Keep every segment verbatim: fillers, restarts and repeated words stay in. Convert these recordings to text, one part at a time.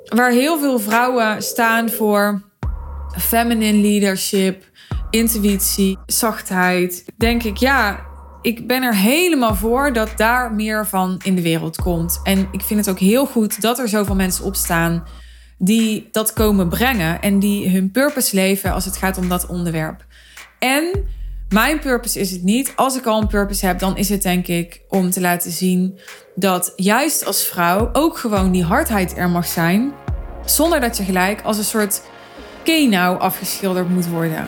waar heel veel vrouwen staan voor feminine leadership, intuïtie, zachtheid, denk ik, ja, ik ben er helemaal voor dat daar meer van in de wereld komt. En ik vind het ook heel goed dat er zoveel mensen opstaan die dat komen brengen en die hun purpose leven als het gaat om dat onderwerp. En mijn purpose is het niet. Als ik al een purpose heb, dan is het denk ik om te laten zien dat juist als vrouw ook gewoon die hardheid er mag zijn, zonder dat je gelijk als een soort kenau afgeschilderd moet worden.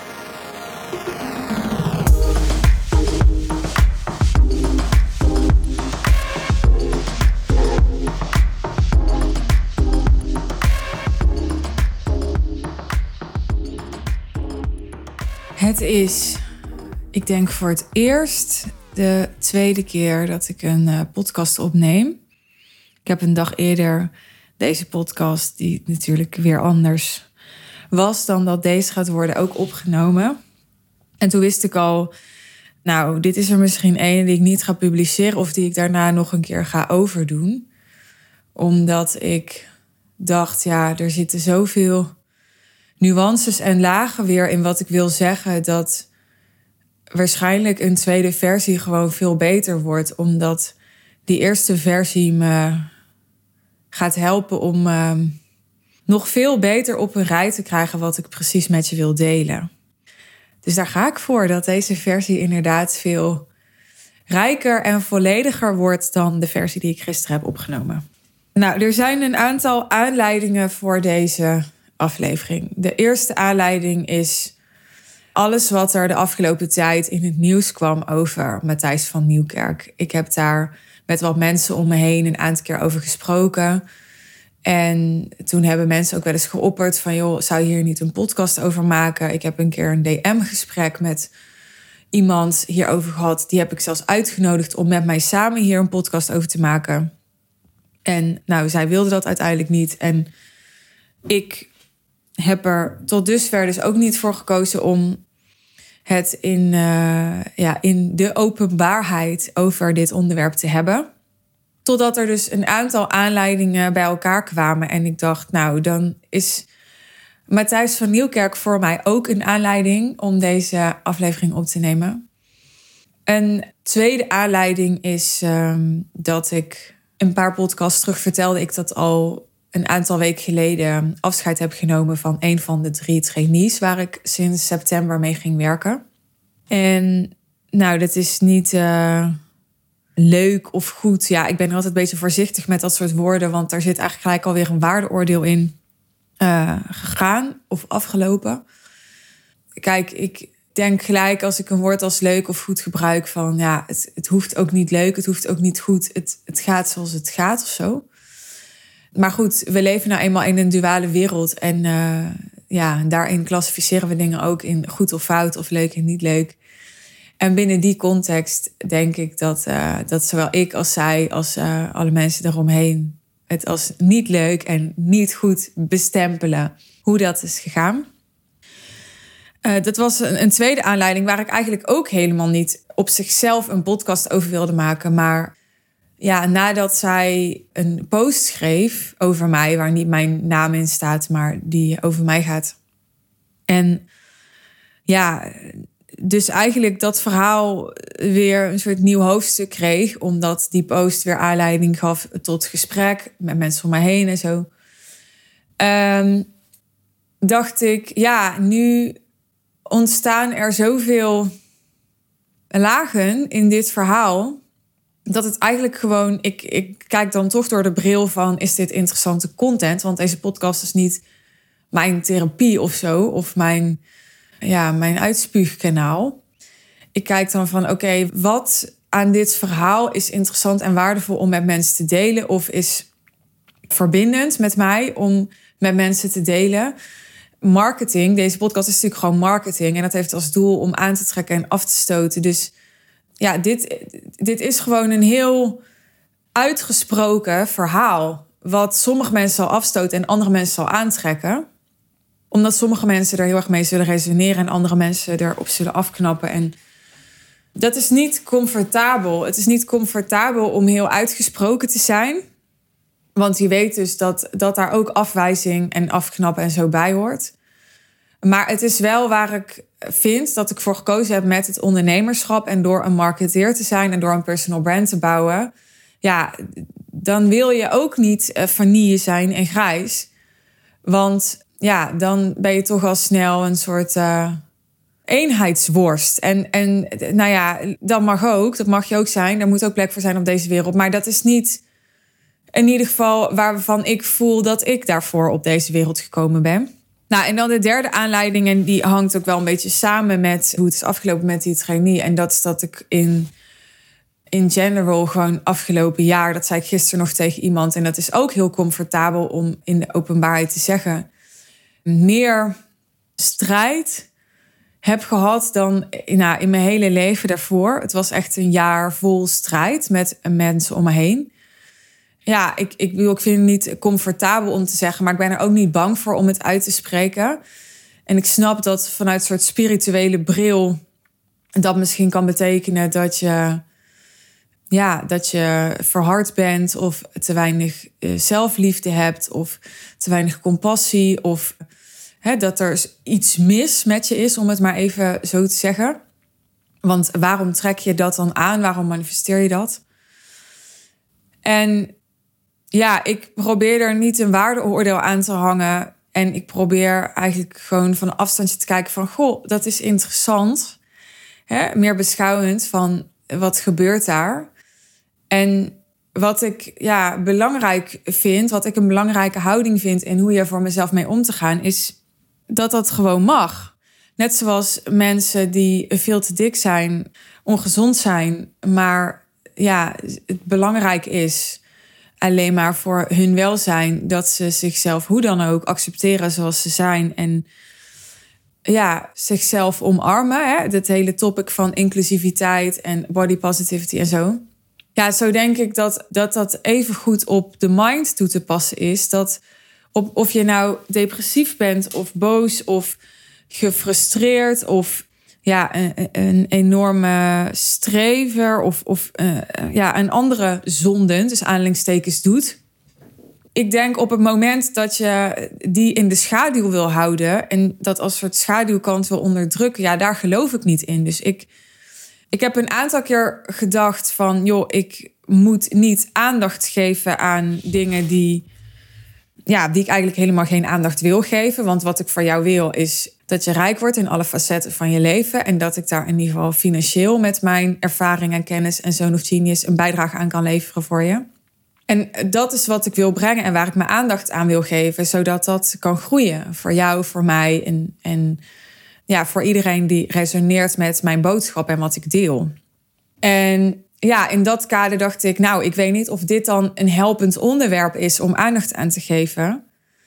Het is, ik denk voor het eerst de tweede keer dat ik een uh, podcast opneem. Ik heb een dag eerder deze podcast, die natuurlijk weer anders was dan dat deze gaat worden, ook opgenomen. En toen wist ik al, nou, dit is er misschien één die ik niet ga publiceren of die ik daarna nog een keer ga overdoen. Omdat ik dacht, ja, er zitten zoveel nuances en lagen weer in wat ik wil zeggen, dat waarschijnlijk een tweede versie gewoon veel beter wordt, omdat die eerste versie me gaat helpen om uh, nog veel beter op een rij te krijgen wat ik precies met je wil delen. Dus daar ga ik voor, dat deze versie inderdaad veel rijker en vollediger wordt dan de versie die ik gisteren heb opgenomen. Nou, er zijn een aantal aanleidingen voor deze aflevering. De eerste aanleiding is alles wat er de afgelopen tijd in het nieuws kwam over Matthijs van Nieuwkerk. Ik heb daar met wat mensen om me heen een aantal keer over gesproken. En toen hebben mensen ook wel eens geopperd van, joh, zou je hier niet een podcast over maken? Ik heb een keer een D M-gesprek met iemand hierover gehad. Die heb ik zelfs uitgenodigd om met mij samen hier een podcast over te maken. En nou, zij wilde dat uiteindelijk niet. En ik heb er tot dusver dus ook niet voor gekozen om het in, uh, ja, in de openbaarheid over dit onderwerp te hebben. Totdat er dus een aantal aanleidingen bij elkaar kwamen. En ik dacht, nou, dan is Matthijs van Nieuwkerk voor mij ook een aanleiding om deze aflevering op te nemen. Een tweede aanleiding is um, dat ik een paar podcasts terug vertelde ik dat al een aantal weken geleden afscheid heb genomen van een van de drie trainees waar ik sinds september mee ging werken. En nou, dat is niet uh, leuk of goed. Ja, ik ben er altijd een beetje voorzichtig met dat soort woorden, want daar zit eigenlijk gelijk alweer een waardeoordeel in uh, gegaan of afgelopen. Kijk, ik denk gelijk als ik een woord als leuk of goed gebruik van, ja, het, het hoeft ook niet leuk, het hoeft ook niet goed. Het, het gaat zoals het gaat of zo. Maar goed, we leven nou eenmaal in een duale wereld. En uh, ja, daarin klassificeren we dingen ook in goed of fout of leuk en niet leuk. En binnen die context denk ik dat, uh, dat zowel ik als zij, als uh, alle mensen eromheen het als niet leuk en niet goed bestempelen hoe dat is gegaan. Uh, dat was een, een tweede aanleiding waar ik eigenlijk ook helemaal niet op zichzelf een podcast over wilde maken. Maar ja, nadat zij een post schreef over mij, waar niet mijn naam in staat, maar die over mij gaat. En ja, dus eigenlijk dat verhaal weer een soort nieuw hoofdstuk kreeg, omdat die post weer aanleiding gaf tot gesprek met mensen om mij heen en zo. Um, dacht ik, ja, nu ontstaan er zoveel lagen in dit verhaal, dat het eigenlijk gewoon, ik, ik kijk dan toch door de bril van, is dit interessante content? Want deze podcast is niet mijn therapie of zo, of mijn, ja, mijn uitspuugkanaal. Ik kijk dan van, oké, okay, wat aan dit verhaal is interessant en waardevol om met mensen te delen, of is verbindend met mij om met mensen te delen. Marketing, deze podcast is natuurlijk gewoon marketing en dat heeft als doel om aan te trekken en af te stoten. Dus ja, dit, dit is gewoon een heel uitgesproken verhaal, wat sommige mensen zal afstoten en andere mensen zal aantrekken. Omdat sommige mensen er heel erg mee zullen resoneren en andere mensen erop zullen afknappen. En dat is niet comfortabel. Het is niet comfortabel om heel uitgesproken te zijn. Want je weet dus dat, dat daar ook afwijzing en afknappen en zo bij hoort. Maar het is wel waar ik vind dat ik voor gekozen heb met het ondernemerschap. En door een marketeer te zijn en door een personal brand te bouwen. Ja, dan wil je ook niet vanille zijn en grijs. Want ja, dan ben je toch al snel een soort uh, eenheidsworst. En, en nou ja, dat mag ook. Dat mag je ook zijn. Er moet ook plek voor zijn op deze wereld. Maar dat is niet in ieder geval waarvan ik voel dat ik daarvoor op deze wereld gekomen ben. Nou, en dan de derde aanleiding, en die hangt ook wel een beetje samen met hoe het is afgelopen met die trainee. En dat is dat ik in, in general gewoon afgelopen jaar, dat zei ik gisteren nog tegen iemand, en dat is ook heel comfortabel om in de openbaarheid te zeggen, meer strijd heb gehad dan nou, in mijn hele leven daarvoor. Het was echt een jaar vol strijd met mensen om me heen. Ja, ik, ik, ik vind het niet comfortabel om te zeggen, maar ik ben er ook niet bang voor om het uit te spreken. En ik snap dat vanuit een soort spirituele bril dat misschien kan betekenen dat je, ja, dat je verhard bent of te weinig zelfliefde hebt of te weinig compassie of hè, dat er iets mis met je is, om het maar even zo te zeggen. Want waarom trek je dat dan aan? Waarom manifesteer je dat? En ja, ik probeer er niet een waardeoordeel aan te hangen. En ik probeer eigenlijk gewoon van een afstandje te kijken van, goh, dat is interessant. Hè? Meer beschouwend van, wat gebeurt daar? En wat ik ja, belangrijk vind, wat ik een belangrijke houding vind in hoe je voor mezelf mee om te gaan, is dat dat gewoon mag. Net zoals mensen die veel te dik zijn, ongezond zijn, maar ja, het belangrijk is alleen maar voor hun welzijn dat ze zichzelf hoe dan ook accepteren zoals ze zijn en ja, zichzelf omarmen. Hè? Dat hele topic van inclusiviteit en body positivity en zo. Ja, zo denk ik dat dat, dat even goed op de mind toe te passen is. Dat op, of je nou depressief bent of boos of gefrustreerd of ja, een, een enorme strever of, of uh, ja, een andere zonden, dus aanhalingstekens, doet. Ik denk op het moment dat je die in de schaduw wil houden en dat als soort schaduwkant wil onderdrukken, ja, daar geloof ik niet in. Dus ik, ik heb een aantal keer gedacht van, joh, ik moet niet aandacht geven aan dingen die, ja, die ik eigenlijk helemaal geen aandacht wil geven. Want wat ik voor jou wil is dat je rijk wordt in alle facetten van je leven. En dat ik daar in ieder geval financieel met mijn ervaring en kennis en Zone of Genius een bijdrage aan kan leveren voor je. En dat is wat ik wil brengen en waar ik mijn aandacht aan wil geven. Zodat dat kan groeien voor jou, voor mij en, en ja, voor iedereen die resoneert met mijn boodschap en wat ik deel. En ja, in dat kader dacht ik, nou, ik weet niet of dit dan een helpend onderwerp is om aandacht aan te geven.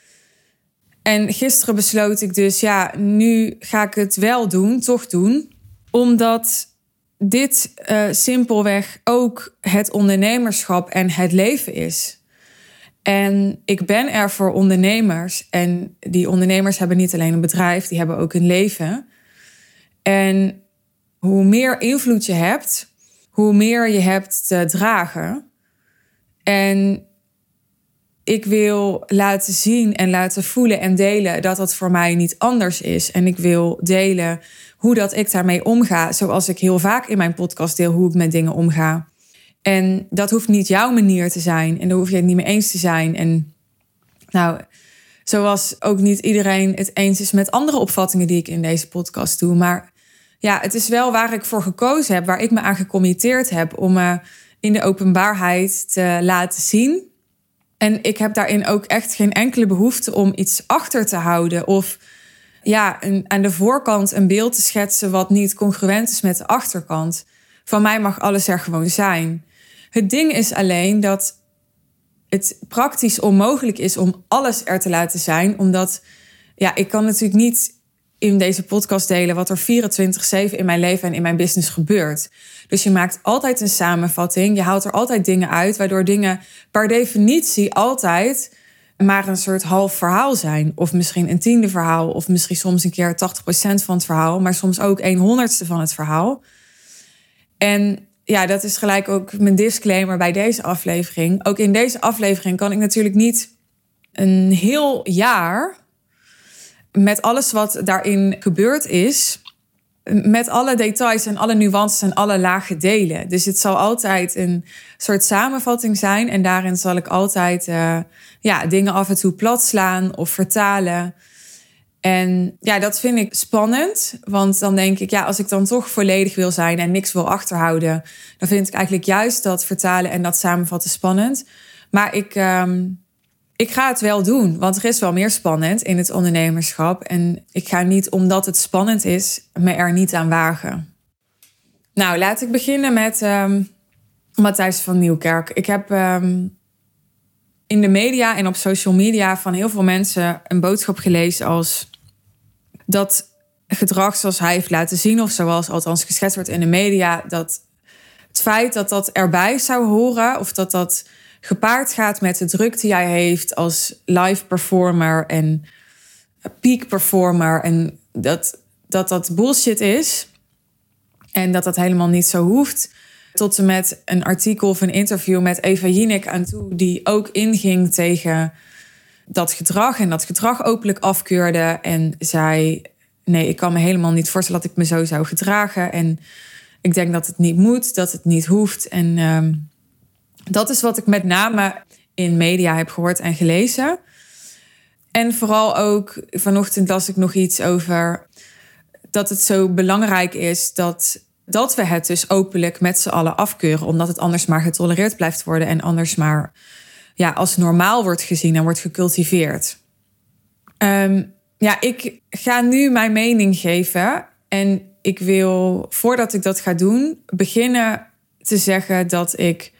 En gisteren besloot ik dus, ja, nu ga ik het wel doen, toch doen. Omdat dit uh, simpelweg ook het ondernemerschap en het leven is. En ik ben er voor ondernemers. En die ondernemers hebben niet alleen een bedrijf, die hebben ook een leven. En hoe meer invloed je hebt, hoe meer je hebt te dragen. En ik wil laten zien en laten voelen en delen dat dat voor mij niet anders is. En ik wil delen hoe dat ik daarmee omga, zoals ik heel vaak in mijn podcast deel hoe ik met dingen omga. En dat hoeft niet jouw manier te zijn en daar hoef je het niet mee eens te zijn. En nou, zoals ook niet iedereen het eens is met andere opvattingen die ik in deze podcast doe. Maar ja, het is wel waar ik voor gekozen heb, waar ik me aan gecommitteerd heb om me in de openbaarheid te laten zien. En ik heb daarin ook echt geen enkele behoefte om iets achter te houden of ja, een, aan de voorkant een beeld te schetsen wat niet congruent is met de achterkant. Van mij mag alles er gewoon zijn. Het ding is alleen dat het praktisch onmogelijk is om alles er te laten zijn, omdat ja, ik kan natuurlijk niet in deze podcast delen wat er vierentwintig zeven in mijn leven en in mijn business gebeurt. Dus je maakt altijd een samenvatting. Je haalt er altijd dingen uit, waardoor dingen per definitie altijd maar een soort half verhaal zijn. Of misschien een tiende verhaal. Of misschien soms een keer tachtig procent van het verhaal. Maar soms ook een honderdste van het verhaal. En ja, dat is gelijk ook mijn disclaimer bij deze aflevering. Ook in deze aflevering kan ik natuurlijk niet een heel jaar met alles wat daarin gebeurd is, met alle details en alle nuances en alle lagen delen. Dus het zal altijd een soort samenvatting zijn. En daarin zal ik altijd uh, ja, dingen af en toe plat slaan of vertalen. En ja, dat vind ik spannend. Want dan denk ik, ja, als ik dan toch volledig wil zijn en niks wil achterhouden, dan vind ik eigenlijk juist dat vertalen en dat samenvatten spannend. Maar ik, um, ik ga het wel doen, want er is wel meer spannend in het ondernemerschap. En ik ga niet, omdat het spannend is, me er niet aan wagen. Nou, laat ik beginnen met um, Matthijs van Nieuwkerk. Ik heb um, in de media en op social media van heel veel mensen een boodschap gelezen als dat gedrag zoals hij heeft laten zien, of zoals althans geschetst wordt in de media, dat het feit dat dat erbij zou horen, of dat dat gepaard gaat met de druk die hij heeft als live performer en peak performer, en dat dat, dat bullshit is en dat dat helemaal niet zo hoeft. Tot en met een artikel of een interview met Eva Jinek aan toe, die ook inging tegen dat gedrag en dat gedrag openlijk afkeurde en zei, nee, ik kan me helemaal niet voorstellen dat ik me zo zou gedragen. En ik denk dat het niet moet, dat het niet hoeft. En um, dat is wat ik met name in media heb gehoord en gelezen. En vooral ook, vanochtend las ik nog iets over dat het zo belangrijk is dat, dat we het dus openlijk met z'n allen afkeuren, omdat het anders maar getolereerd blijft worden en anders maar ja, als normaal wordt gezien en wordt gecultiveerd. Um, ja, ik ga nu mijn mening geven. En ik wil, voordat ik dat ga doen, beginnen te zeggen dat ik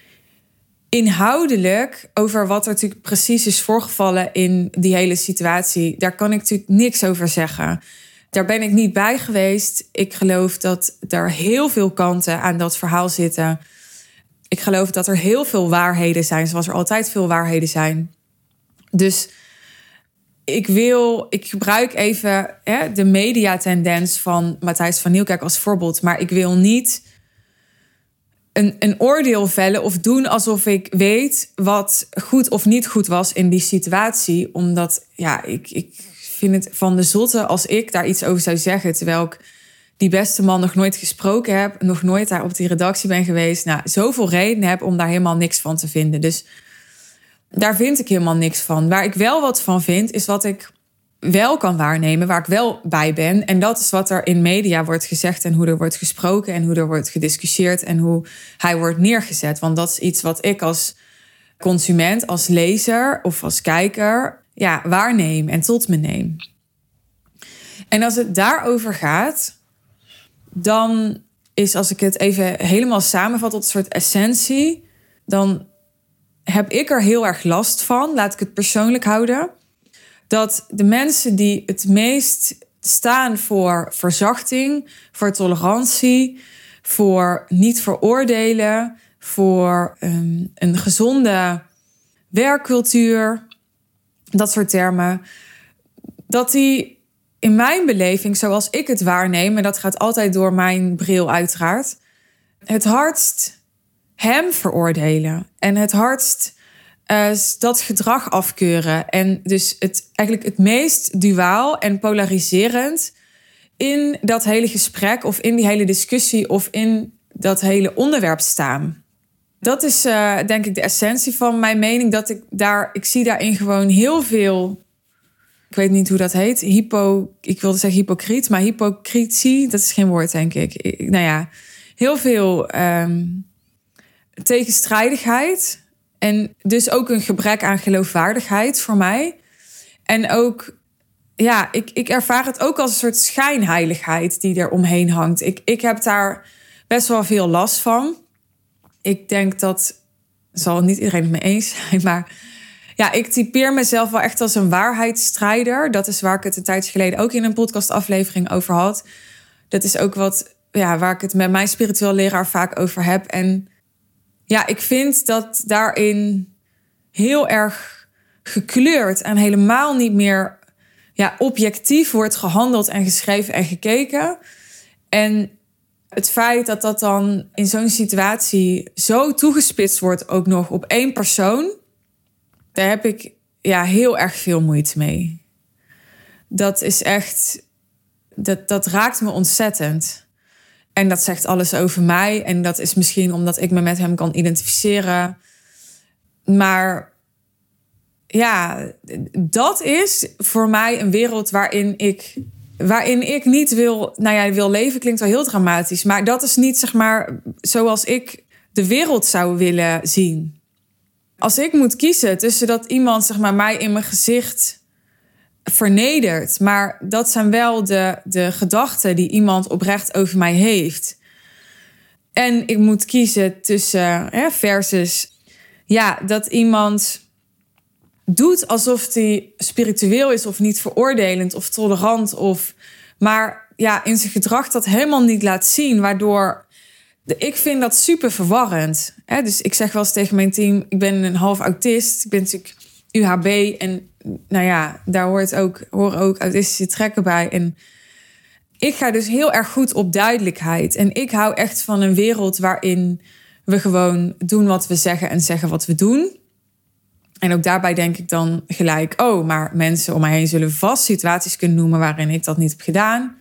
inhoudelijk over wat er natuurlijk precies is voorgevallen in die hele situatie, daar kan ik natuurlijk niks over zeggen. Daar ben ik niet bij geweest. Ik geloof dat er heel veel kanten aan dat verhaal zitten. Ik geloof dat er heel veel waarheden zijn, zoals er altijd veel waarheden zijn. Dus ik wil, ik gebruik even hè, de mediatendens van Matthijs van Nieuwkerk als voorbeeld, maar ik wil niet een, een oordeel vellen of doen alsof ik weet wat goed of niet goed was in die situatie. Omdat, ja, ik, ik vind het van de zotte als ik daar iets over zou zeggen, terwijl ik die beste man nog nooit gesproken heb, nog nooit daar op die redactie ben geweest. Nou, zoveel redenen heb om daar helemaal niks van te vinden. Dus daar vind ik helemaal niks van. Waar ik wel wat van vind, is wat ik wel kan waarnemen, waar ik wel bij ben. En dat is wat er in media wordt gezegd en hoe er wordt gesproken en hoe er wordt gediscussieerd en hoe hij wordt neergezet. Want dat is iets wat ik als consument, als lezer of als kijker ja, waarneem en tot me neem. En als het daarover gaat, dan is, als ik het even helemaal samenvat tot een soort essentie, dan heb ik er heel erg last van, laat ik het persoonlijk houden, dat de mensen die het meest staan voor verzachting, voor tolerantie, voor niet veroordelen, voor um, een gezonde werkcultuur, dat soort termen, dat die in mijn beleving, zoals ik het waarneem, en dat gaat altijd door mijn bril uiteraard, het hardst hem veroordelen en het hardst uh, dat gedrag afkeuren. En dus het eigenlijk het meest duaal en polariserend in dat hele gesprek of in die hele discussie of in dat hele onderwerp staan. Dat is uh, denk ik de essentie van mijn mening, dat ik daar, ik zie daarin gewoon heel veel, ik weet niet hoe dat heet, hypo, ik wilde zeggen hypocriet, maar hypocrisie, dat is geen woord, denk ik. ik nou ja, heel veel um, tegenstrijdigheid en dus ook een gebrek aan geloofwaardigheid voor mij. En ook, ja, ik, ik ervaar het ook als een soort schijnheiligheid die er omheen hangt. Ik, ik heb daar best wel veel last van. Ik denk dat, zal niet iedereen het mee eens zijn, maar ja, ik typeer mezelf wel echt als een waarheidsstrijder. Dat is waar ik het een tijdje geleden ook in een podcastaflevering over had. Dat is ook wat, ja, waar ik het met mijn spiritueel leraar vaak over heb. En ja, ik vind dat daarin heel erg gekleurd en helemaal niet meer ja, objectief wordt gehandeld en geschreven en gekeken. En het feit dat dat dan in zo'n situatie zo toegespitst wordt, ook nog op één persoon, daar heb ik ja, heel erg veel moeite mee. Dat is echt, dat, dat raakt me ontzettend. En dat zegt alles over mij. En dat is misschien omdat ik me met hem kan identificeren. Maar ja, dat is voor mij een wereld waarin ik, waarin ik niet wil, nou ja, wil leven klinkt wel heel dramatisch. Maar dat is niet, zeg maar, zoals ik de wereld zou willen zien. Als ik moet kiezen tussen dat iemand, zeg maar, mij in mijn gezicht vernedert, maar dat zijn wel de, de gedachten die iemand oprecht over mij heeft. En ik moet kiezen tussen hè, versus ja, dat iemand doet alsof hij spiritueel is of niet veroordelend of tolerant, of maar ja, in zijn gedrag dat helemaal niet laat zien, waardoor ik vind dat super verwarrend. Hè? Dus ik zeg wel eens tegen mijn team, ik ben een half autist, ik ben natuurlijk U H B en nou ja, daar hoort ook, horen ook autistische trekken bij. En ik ga dus heel erg goed op duidelijkheid. En ik hou echt van een wereld waarin we gewoon doen wat we zeggen en zeggen wat we doen. En ook daarbij denk ik dan gelijk, oh, maar mensen om mij heen zullen vast situaties kunnen noemen waarin ik dat niet heb gedaan.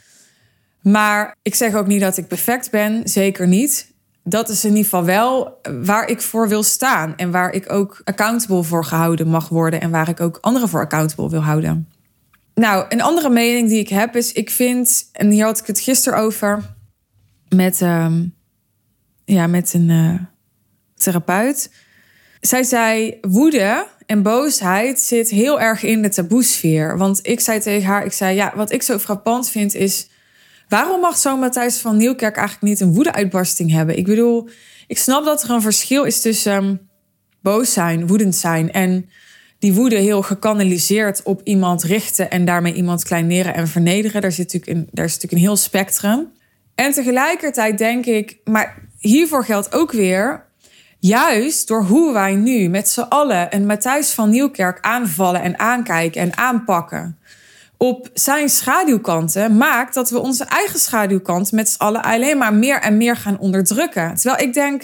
Maar ik zeg ook niet dat ik perfect ben, zeker niet. Dat is in ieder geval wel waar ik voor wil staan. En waar ik ook accountable voor gehouden mag worden. En waar ik ook anderen voor accountable wil houden. Nou, een andere mening die ik heb is, ik vind, en hier had ik het gisteren over met, uh, ja, met een uh, therapeut. Zij zei, woede en boosheid zit heel erg in de taboesfeer. Want ik zei tegen haar, ik zei, ja, wat ik zo frappant vind is, waarom mag zo'n Matthijs van Nieuwkerk eigenlijk niet een woedeuitbarsting hebben? Ik bedoel, ik snap dat er een verschil is tussen um, boos zijn, woedend zijn en die woede heel gekanaliseerd op iemand richten en daarmee iemand kleineren en vernederen. Daar, zit natuurlijk een, daar is natuurlijk een heel spectrum. En tegelijkertijd denk ik, maar hiervoor geldt ook weer, juist door hoe wij nu met z'n allen een Matthijs van Nieuwkerk aanvallen en aankijken en aanpakken op zijn schaduwkanten, maakt dat we onze eigen schaduwkant met z'n allen alleen maar meer en meer gaan onderdrukken. Terwijl ik denk,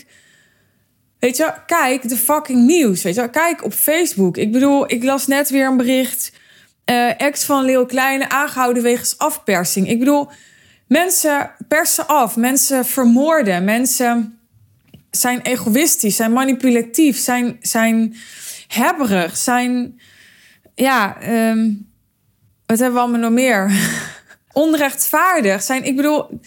weet je, kijk de fucking nieuws, weet je, kijk op Facebook. Ik bedoel, ik las net weer een bericht, uh, ex van Leeuw Kleine aangehouden wegens afpersing. Ik bedoel, mensen persen af, mensen vermoorden, mensen zijn egoïstisch, zijn manipulatief, zijn, zijn hebberig, zijn, ja, um, wat hebben we allemaal nog meer? Onrechtvaardig zijn. Ik bedoel,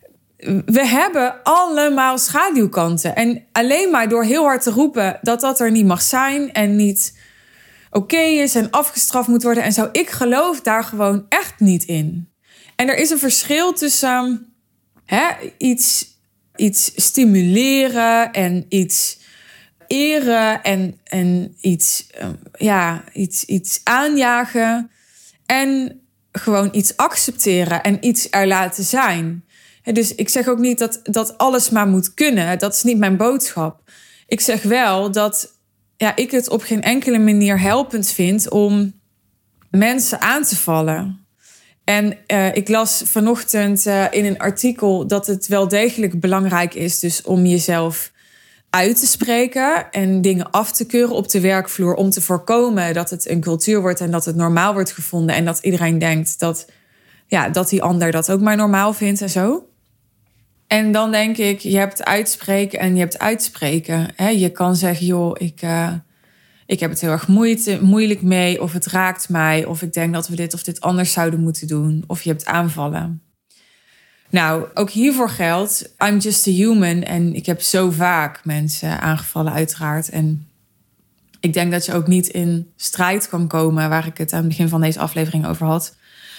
we hebben allemaal schaduwkanten. En alleen maar door heel hard te roepen dat dat er niet mag zijn en niet oké is en afgestraft moet worden en zo. Ik geloof daar gewoon echt niet in. En er is een verschil tussen hè, iets, iets stimuleren en iets eren en, en iets, um, ja, iets, iets aanjagen. En gewoon iets accepteren en iets er laten zijn. Dus ik zeg ook niet dat, dat alles maar moet kunnen. Dat is niet mijn boodschap. Ik zeg wel dat ja, ik het op geen enkele manier helpend vind om mensen aan te vallen. En uh, ik las vanochtend uh, in een artikel dat het wel degelijk belangrijk is dus om jezelf uit te spreken en dingen af te keuren op de werkvloer om te voorkomen dat het een cultuur wordt en dat het normaal wordt gevonden en dat iedereen denkt dat, ja, dat die ander dat ook maar normaal vindt en zo. En dan denk ik, je hebt uitspreken en je hebt uitspreken. Hè? Je kan zeggen, joh, ik, uh, ik heb het heel erg moeite, moeilijk mee, of het raakt mij, of ik denk dat we dit of dit anders zouden moeten doen, of je hebt aanvallen. Nou, ook hiervoor geldt, I'm just a human. En ik heb zo vaak mensen aangevallen, uiteraard. En ik denk dat je ook niet in strijd kan komen, waar ik het aan het begin van deze aflevering over had,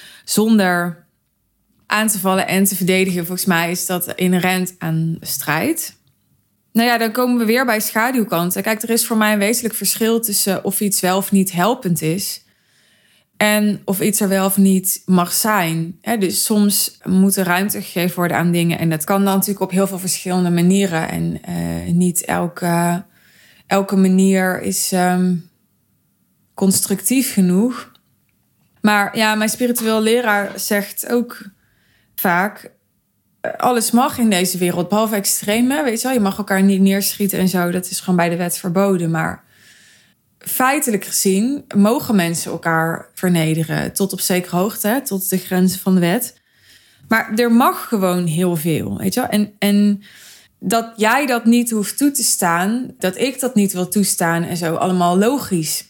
zonder aan te vallen en te verdedigen. Volgens mij is dat inherent aan strijd. Nou ja, dan komen we weer bij schaduwkanten. Kijk, er is voor mij een wezenlijk verschil tussen of iets wel of niet helpend is en of iets er wel of niet mag zijn. He, dus soms moet er ruimte gegeven worden aan dingen. En dat kan dan natuurlijk op heel veel verschillende manieren. En uh, niet elke, elke manier is um, constructief genoeg. Maar ja, mijn spiritueel leraar zegt ook vaak, alles mag in deze wereld, behalve extreme. Weet je wel, je mag elkaar niet neerschieten en zo. Dat is gewoon bij de wet verboden. Maar feitelijk gezien mogen mensen elkaar vernederen. Tot op zekere hoogte, hè, tot de grenzen van de wet. Maar er mag gewoon heel veel, weet je wel. En, en dat jij dat niet hoeft toe te staan, dat ik dat niet wil toestaan en zo, allemaal logisch.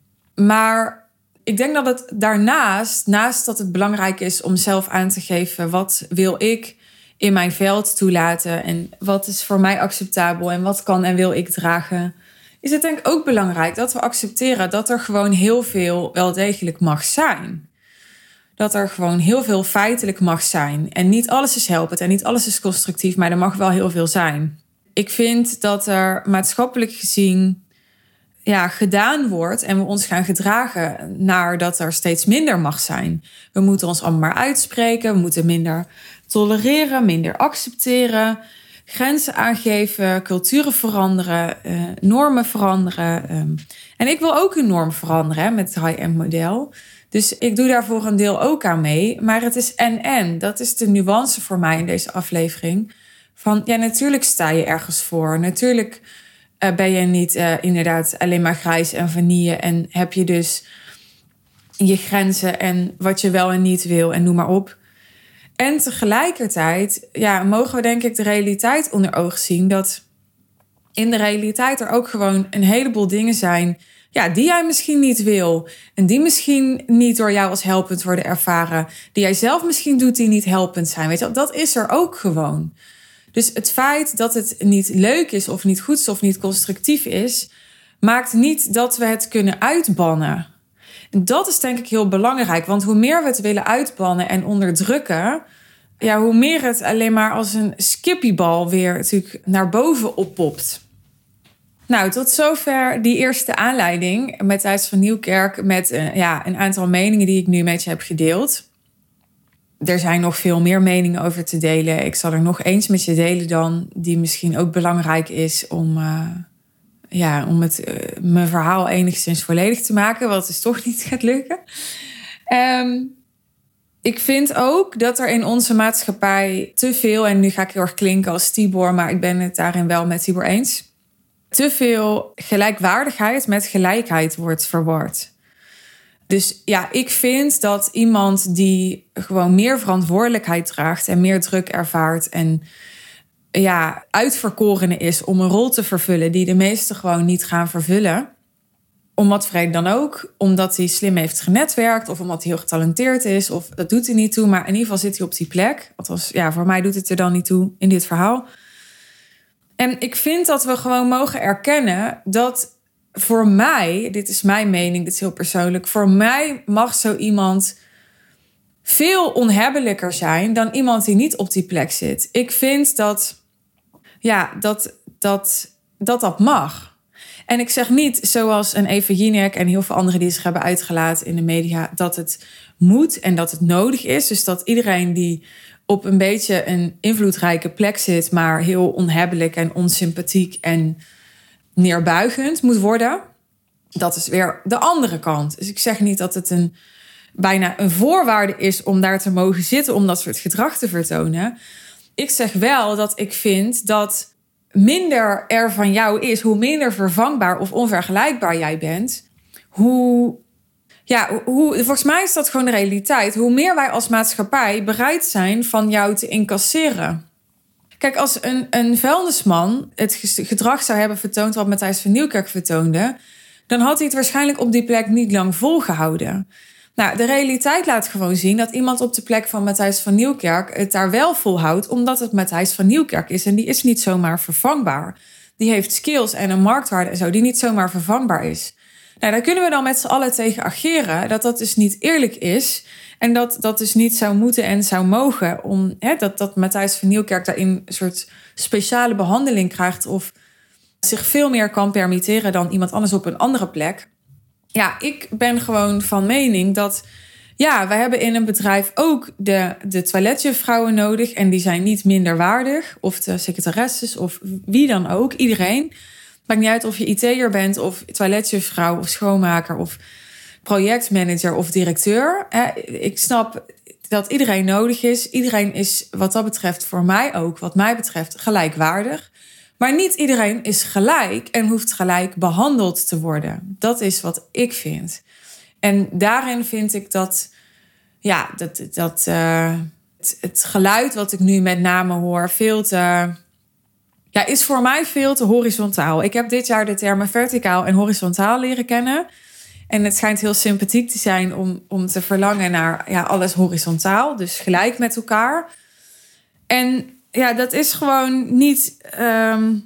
Maar ik denk dat het daarnaast, naast dat het belangrijk is om zelf aan te geven, wat wil ik in mijn veld toelaten en wat is voor mij acceptabel en wat kan en wil ik dragen, is het denk ik ook belangrijk dat we accepteren dat er gewoon heel veel wel degelijk mag zijn. Dat er gewoon heel veel feitelijk mag zijn. En niet alles is helpend en niet alles is constructief, maar er mag wel heel veel zijn. Ik vind dat er maatschappelijk gezien ja, gedaan wordt en we ons gaan gedragen naar dat er steeds minder mag zijn. We moeten ons allemaal maar uitspreken, we moeten minder tolereren, minder accepteren, grenzen aangeven, culturen veranderen, uh, normen veranderen. Um. En ik wil ook een norm veranderen hè, met het high-end model. Dus ik doe daar voor een deel ook aan mee. Maar het is en-en. Dat is de nuance voor mij in deze aflevering. Van ja, natuurlijk sta je ergens voor. Natuurlijk uh, ben je niet uh, inderdaad alleen maar grijs en vanille. En heb je dus je grenzen en wat je wel en niet wil en noem maar op. En tegelijkertijd ja, mogen we denk ik de realiteit onder ogen zien. Dat in de realiteit er ook gewoon een heleboel dingen zijn ja, die jij misschien niet wil. En die misschien niet door jou als helpend worden ervaren. Die jij zelf misschien doet die niet helpend zijn. Weet je, dat is er ook gewoon. Dus het feit dat het niet leuk is of niet goed is of niet constructief is, maakt niet dat we het kunnen uitbannen. En dat is denk ik heel belangrijk. Want hoe meer we het willen uitbannen en onderdrukken, ja, hoe meer het alleen maar als een skippiebal weer natuurlijk naar boven oppopt. Nou, tot zover die eerste aanleiding met Thijs van Nieuwkerk met uh, ja, een aantal meningen die ik nu met je heb gedeeld. Er zijn nog veel meer meningen over te delen. Ik zal er nog eens met je delen dan, die misschien ook belangrijk is om, uh, ja, om het, uh, mijn verhaal enigszins volledig te maken, wat dus toch niet gaat lukken. Um, ik vind ook dat er in onze maatschappij te veel, en nu ga ik heel erg klinken als Tibor, maar ik ben het daarin wel met Tibor eens, te veel gelijkwaardigheid met gelijkheid wordt verward. Dus ja, ik vind dat iemand die gewoon meer verantwoordelijkheid draagt en meer druk ervaart en ja, uitverkorene is om een rol te vervullen die de meesten gewoon niet gaan vervullen, om wat voor reden dan ook, omdat hij slim heeft genetwerkt of omdat hij heel getalenteerd is, of dat doet hij niet toe, maar in ieder geval zit hij op die plek. Althans, ja, voor mij doet het er dan niet toe in dit verhaal. En ik vind dat we gewoon mogen erkennen dat voor mij, dit is mijn mening, dit is heel persoonlijk, voor mij mag zo iemand veel onhebbelijker zijn dan iemand die niet op die plek zit. Ik vind dat, ja, dat dat, dat, dat mag. En ik zeg niet, zoals een Eva Jinek en heel veel anderen die zich hebben uitgelaten in de media, dat het moet en dat het nodig is. Dus dat iedereen die op een beetje een invloedrijke plek zit, maar heel onhebbelijk en onsympathiek en neerbuigend moet worden. Dat is weer de andere kant. Dus ik zeg niet dat het een bijna een voorwaarde is om daar te mogen zitten, om dat soort gedrag te vertonen. Ik zeg wel dat ik vind dat minder er van jou is, hoe minder vervangbaar of onvergelijkbaar jij bent, hoe, ja, hoe, volgens mij is dat gewoon de realiteit. Hoe meer wij als maatschappij bereid zijn van jou te incasseren. Kijk, als een, een vuilnisman het gedrag zou hebben vertoond wat Matthijs van Nieuwkerk vertoonde, dan had hij het waarschijnlijk op die plek niet lang volgehouden. Nou, de realiteit laat gewoon zien dat iemand op de plek van Matthijs van Nieuwkerk het daar wel volhoudt, omdat het Matthijs van Nieuwkerk is. En die is niet zomaar vervangbaar. Die heeft skills en een marktwaarde en zo, die niet zomaar vervangbaar is. Nou, daar kunnen we dan met z'n allen tegen ageren, dat dat dus niet eerlijk is. En dat dat dus niet zou moeten en zou mogen. Om, hè, dat, dat Matthijs van Nieuwkerk daarin een soort speciale behandeling krijgt of zich veel meer kan permitteren dan iemand anders op een andere plek. Ja, ik ben gewoon van mening dat, ja, wij hebben in een bedrijf ook de, de toiletjuffrouwen nodig. En die zijn niet minder waardig. Of de secretaresses of wie dan ook. Iedereen. Maakt niet uit of je I T'er bent of toiletjuffrouw of schoonmaker of projectmanager of directeur. Ik snap, dat iedereen nodig is. Iedereen is wat dat betreft voor mij ook, wat mij betreft, gelijkwaardig. Maar niet iedereen is gelijk en hoeft gelijk behandeld te worden. Dat is wat ik vind. En daarin vind ik dat, ja, dat, dat uh, het, het geluid wat ik nu met name hoor, veel te, ja, is voor mij veel te horizontaal. Ik heb dit jaar de termen verticaal en horizontaal leren kennen. En het schijnt heel sympathiek te zijn om, om te verlangen naar ja, alles horizontaal. Dus gelijk met elkaar. En ja, dat is gewoon niet... Um,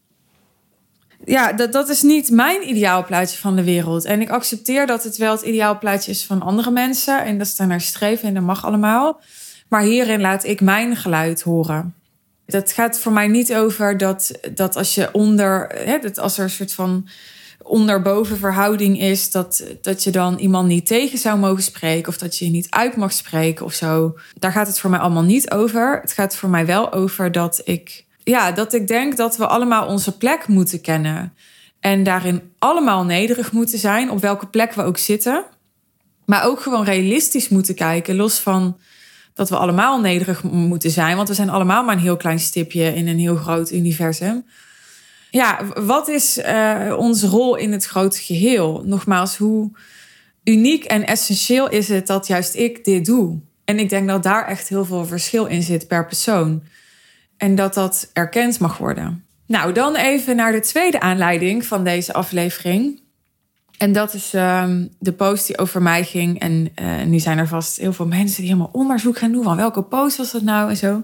ja, dat, dat is niet mijn ideaalplaatje van de wereld. En ik accepteer dat het wel het ideaalplaatje is van andere mensen. En dat ze daar naar streven en dat mag allemaal. Maar hierin laat ik mijn geluid horen. Dat gaat voor mij niet over dat, dat als je onder... Hè, dat als er een soort van onder-boven verhouding is... Dat, dat je dan iemand niet tegen zou mogen spreken... of dat je je niet uit mag spreken of zo. Daar gaat het voor mij allemaal niet over. Het gaat voor mij wel over dat ik... Ja, dat ik denk dat we allemaal onze plek moeten kennen. En daarin allemaal nederig moeten zijn, op welke plek we ook zitten. Maar ook gewoon realistisch moeten kijken, los van dat we allemaal nederig moeten zijn. Want we zijn allemaal maar een heel klein stipje in een heel groot universum. Ja, wat is uh, onze rol in het grote geheel? Nogmaals, hoe uniek en essentieel is het dat juist ik dit doe? En ik denk dat daar echt heel veel verschil in zit per persoon. En dat dat erkend mag worden. Nou, dan even naar de tweede aanleiding van deze aflevering. En dat is um, de post die over mij ging. En uh, nu zijn er vast heel veel mensen die helemaal onderzoek gaan doen... van welke post was dat nou en zo.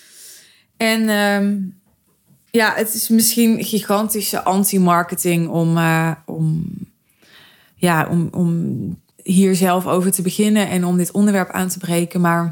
En um, ja, het is misschien gigantische anti-marketing... om, uh, om, ja, om, om hier zelf over te beginnen... en om dit onderwerp aan te breken, maar...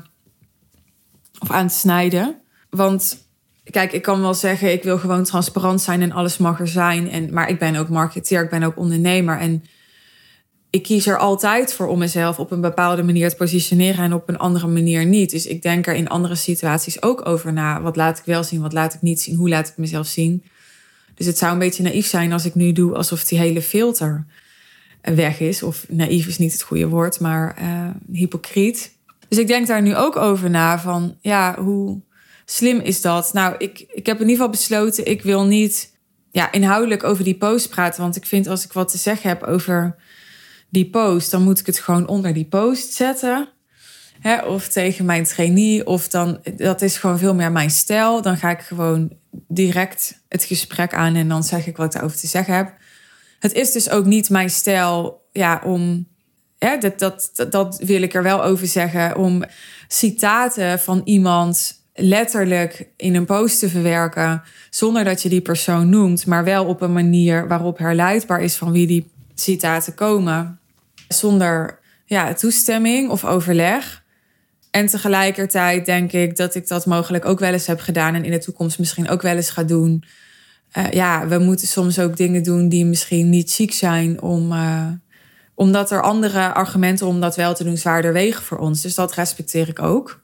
of aan te snijden. Want... Kijk, ik kan wel zeggen, ik wil gewoon transparant zijn en alles mag er zijn. En, maar ik ben ook marketeer, ik ben ook ondernemer. En ik kies er altijd voor om mezelf op een bepaalde manier te positioneren... en op een andere manier niet. Dus ik denk er in andere situaties ook over na. Wat laat ik wel zien, wat laat ik niet zien, hoe laat ik mezelf zien? Dus het zou een beetje naïef zijn als ik nu doe alsof die hele filter weg is. Of naïef is niet het goede woord, maar uh, hypocriet. Dus ik denk daar nu ook over na van, ja, hoe... slim is dat? Nou, ik, ik heb in ieder geval besloten... ik wil niet ja, inhoudelijk over die post praten. Want ik vind als ik wat te zeggen heb over die post... dan moet ik het gewoon onder die post zetten. Hè, of tegen mijn trainee. Of dan, dat is gewoon veel meer mijn stijl. Dan ga ik gewoon direct het gesprek aan... en dan zeg ik wat ik daarover te zeggen heb. Het is dus ook niet mijn stijl ja, om... Hè, dat, dat, dat, dat wil ik er wel over zeggen... om citaten van iemand... letterlijk in een post te verwerken... zonder dat je die persoon noemt... maar wel op een manier waarop herleidbaar is... van wie die citaten komen. Zonder ja, toestemming of overleg. En tegelijkertijd denk ik dat ik dat mogelijk ook wel eens heb gedaan... en in de toekomst misschien ook wel eens ga doen. Uh, ja, we moeten soms ook dingen doen die misschien niet chic zijn... Om, uh, omdat er andere argumenten om dat wel te doen zwaarder wegen voor ons. Dus dat respecteer ik ook.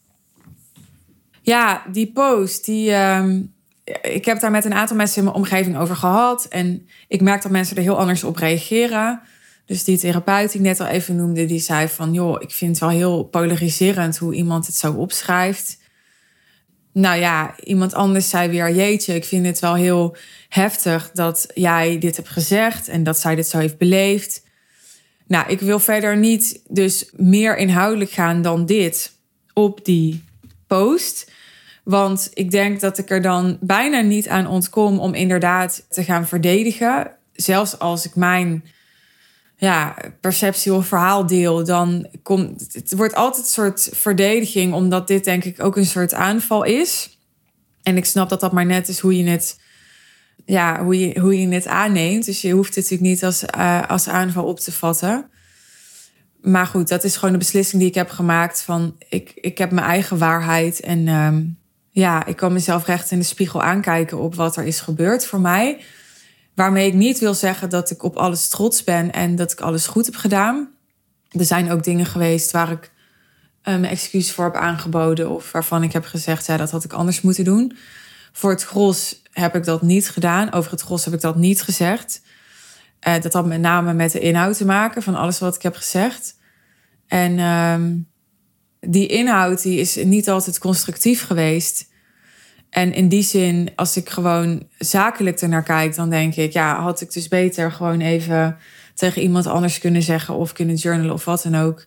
Ja, die post, die, um, ik heb daar met een aantal mensen in mijn omgeving over gehad. En ik merk dat mensen er heel anders op reageren. Dus die therapeut die ik net al even noemde, die zei van... joh, ik vind het wel heel polariserend hoe iemand het zo opschrijft. Nou ja, iemand anders zei weer... jeetje, ik vind het wel heel heftig dat jij dit hebt gezegd... en dat zij dit zo heeft beleefd. Nou, ik wil verder niet dus meer inhoudelijk gaan dan dit op die post... Want ik denk dat ik er dan bijna niet aan ontkom om inderdaad te gaan verdedigen. Zelfs als ik mijn ja, perceptie of verhaal deel, dan komt het wordt altijd een soort verdediging, omdat dit denk ik ook een soort aanval is. En ik snap dat dat maar net is hoe je het, ja, hoe je, hoe je het aanneemt. Dus je hoeft het natuurlijk niet als, uh, als aanval op te vatten. Maar goed, dat is gewoon de beslissing die ik heb gemaakt van ik, ik heb mijn eigen waarheid en um, ja, ik kan mezelf recht in de spiegel aankijken op wat er is gebeurd voor mij. Waarmee ik niet wil zeggen dat ik op alles trots ben en dat ik alles goed heb gedaan. Er zijn ook dingen geweest waar ik uh, mijn excuus voor heb aangeboden of waarvan ik heb gezegd, ja, dat had ik anders moeten doen. Voor het gros heb ik dat niet gedaan. Over het gros heb ik dat niet gezegd. Uh, dat had met name met de inhoud te maken van alles wat ik heb gezegd. En um, die inhoud die is niet altijd constructief geweest. En in die zin, als ik gewoon zakelijk ernaar kijk, dan denk ik, ja, had ik dus beter gewoon even tegen iemand anders kunnen zeggen of kunnen journalen of wat dan ook.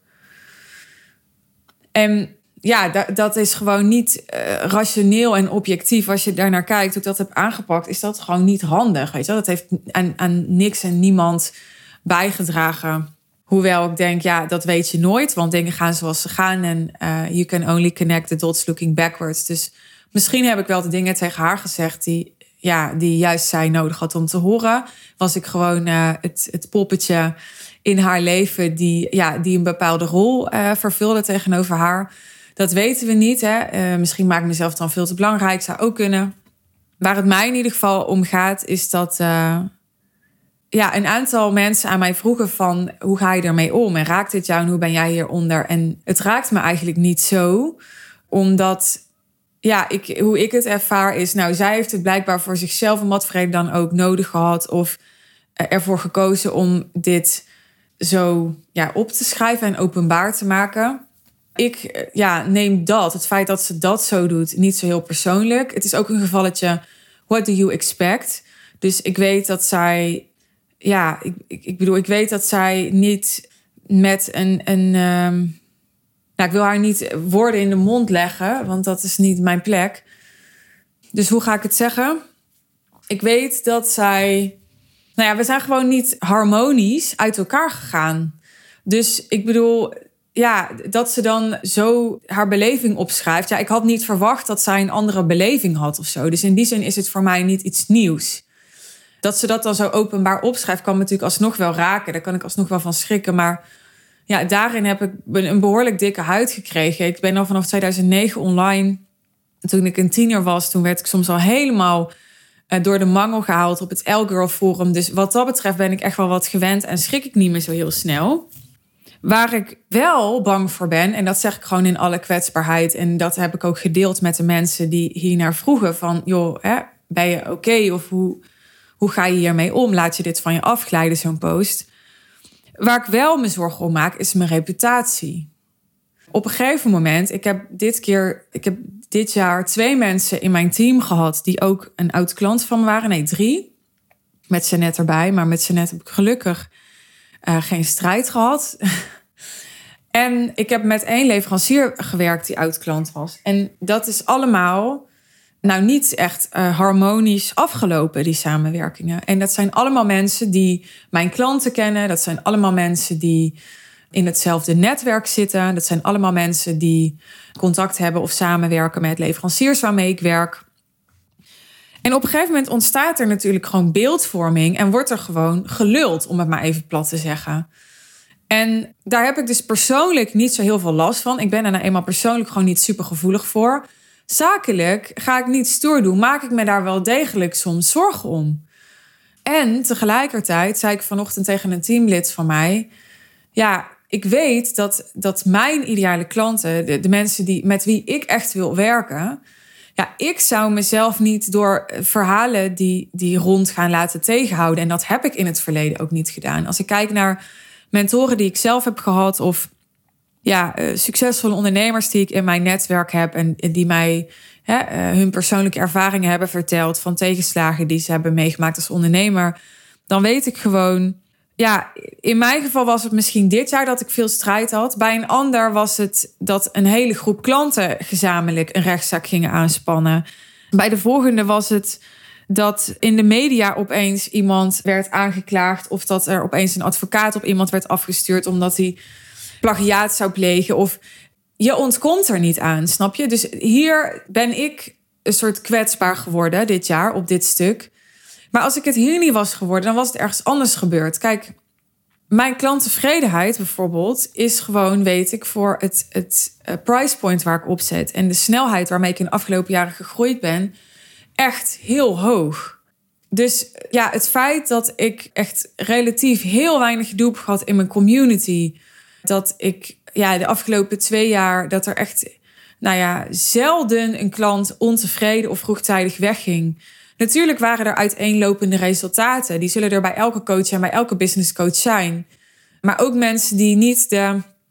En ja, da- dat is gewoon niet uh, rationeel en objectief. Als je daarnaar kijkt, hoe ik dat heb aangepakt, is dat gewoon niet handig. Weet je wel? Dat heeft aan, aan niks en niemand bijgedragen. Hoewel ik denk, ja, dat weet je nooit. Want dingen gaan zoals ze gaan. En uh, you can only connect the dots looking backwards. Dus misschien heb ik wel de dingen tegen haar gezegd die, ja, die juist zij nodig had om te horen. Was ik gewoon uh, het, het poppetje in haar leven die, ja, die een bepaalde rol uh, vervulde tegenover haar. Dat weten we niet. Hè? Uh, misschien maak ik mezelf dan veel te belangrijk. Zou ook kunnen. Waar het mij in ieder geval om gaat, is dat Uh, ja, een aantal mensen aan mij vroegen van, hoe ga je ermee om? En raakt dit jou en hoe ben jij hieronder? En het raakt me eigenlijk niet zo. Omdat, ja, ik, hoe ik het ervaar is, nou, zij heeft het blijkbaar voor zichzelf, om wat voor reden dan ook, nodig gehad. Of ervoor gekozen om dit zo ja, op te schrijven en openbaar te maken. Ik ja, neem dat, het feit dat ze dat zo doet, niet zo heel persoonlijk. Het is ook een gevalletje, what do you expect? Dus ik weet dat zij... Ja, ik, ik, ik bedoel, ik weet dat zij niet met een... een um... nou, ik wil haar niet woorden in de mond leggen, want dat is niet mijn plek. Dus hoe ga ik het zeggen? Ik weet dat zij... Nou ja, we zijn gewoon niet harmonisch uit elkaar gegaan. Dus ik bedoel, ja, dat ze dan zo haar beleving opschrijft. Ja, ik had niet verwacht dat zij een andere beleving had of zo. Dus in die zin is het voor mij niet iets nieuws. Dat ze dat dan zo openbaar opschrijft, kan me natuurlijk alsnog wel raken. Daar kan ik alsnog wel van schrikken. Maar ja, daarin heb ik een behoorlijk dikke huid gekregen. Ik ben al vanaf tweeduizend negen online. Toen ik een tiener was, toen werd ik soms al helemaal uh, door de mangel gehaald op het L-Girl Forum. Dus wat dat betreft ben ik echt wel wat gewend en schrik ik niet meer zo heel snel. Waar ik wel bang voor ben, en dat zeg ik gewoon in alle kwetsbaarheid, en dat heb ik ook gedeeld met de mensen die hiernaar vroegen van, joh, hè, ben je oké? Okay? Of hoe... Hoe ga je hiermee om? Laat je dit van je afglijden, zo'n post? Waar ik wel me zorgen om maak, is mijn reputatie. Op een gegeven moment, ik heb dit keer, ik heb dit jaar twee mensen in mijn team gehad die ook een oud klant van me waren. Nee, drie. Met Jeannette erbij. Maar met Jeannette heb ik gelukkig uh, geen strijd gehad. En ik heb met één leverancier gewerkt die oud klant was. En dat is allemaal... nou niet echt uh, harmonisch afgelopen, die samenwerkingen. En dat zijn allemaal mensen die mijn klanten kennen. Dat zijn allemaal mensen die in hetzelfde netwerk zitten. Dat zijn allemaal mensen die contact hebben of samenwerken met leveranciers waarmee ik werk. En op een gegeven moment ontstaat er natuurlijk gewoon beeldvorming en wordt er gewoon geluld, om het maar even plat te zeggen. En daar heb ik dus persoonlijk niet zo heel veel last van. Ik ben er nou eenmaal persoonlijk gewoon niet super gevoelig voor. Zakelijk ga ik niet stoer doen, maak ik me daar wel degelijk soms zorgen om. En tegelijkertijd zei ik vanochtend tegen een teamlid van mij, ja, ik weet dat, dat mijn ideale klanten, de, de mensen die, met wie ik echt wil werken, ja, ik zou mezelf niet door verhalen die, die rond gaan laten tegenhouden. En dat heb ik in het verleden ook niet gedaan. Als ik kijk naar mentoren die ik zelf heb gehad, of ja, uh, succesvolle ondernemers die ik in mijn netwerk heb en, en die mij hè, uh, hun persoonlijke ervaringen hebben verteld van tegenslagen die ze hebben meegemaakt als ondernemer, dan weet ik gewoon, ja, in mijn geval was het misschien dit jaar dat ik veel strijd had. Bij een ander was het dat een hele groep klanten gezamenlijk een rechtszaak gingen aanspannen. Bij de volgende was het dat in de media opeens iemand werd aangeklaagd, of dat er opeens een advocaat op iemand werd afgestuurd omdat hij plagiaat zou plegen. Of je ontkomt er niet aan, snap je? Dus hier ben ik een soort kwetsbaar geworden dit jaar op dit stuk. Maar als ik het hier niet was geworden, dan was het ergens anders gebeurd. Kijk, mijn klanttevredenheid bijvoorbeeld is gewoon, weet ik, voor het, het price point waar ik op zet en de snelheid waarmee ik in de afgelopen jaren gegroeid ben, echt heel hoog. Dus ja, het feit dat ik echt relatief heel weinig gedoe heb gehad in mijn community, dat ik ja, de afgelopen twee jaar, dat er echt, nou ja, zelden een klant ontevreden of vroegtijdig wegging. Natuurlijk waren er uiteenlopende resultaten. Die zullen er bij elke coach en bij elke business coach zijn. Maar ook mensen die niet de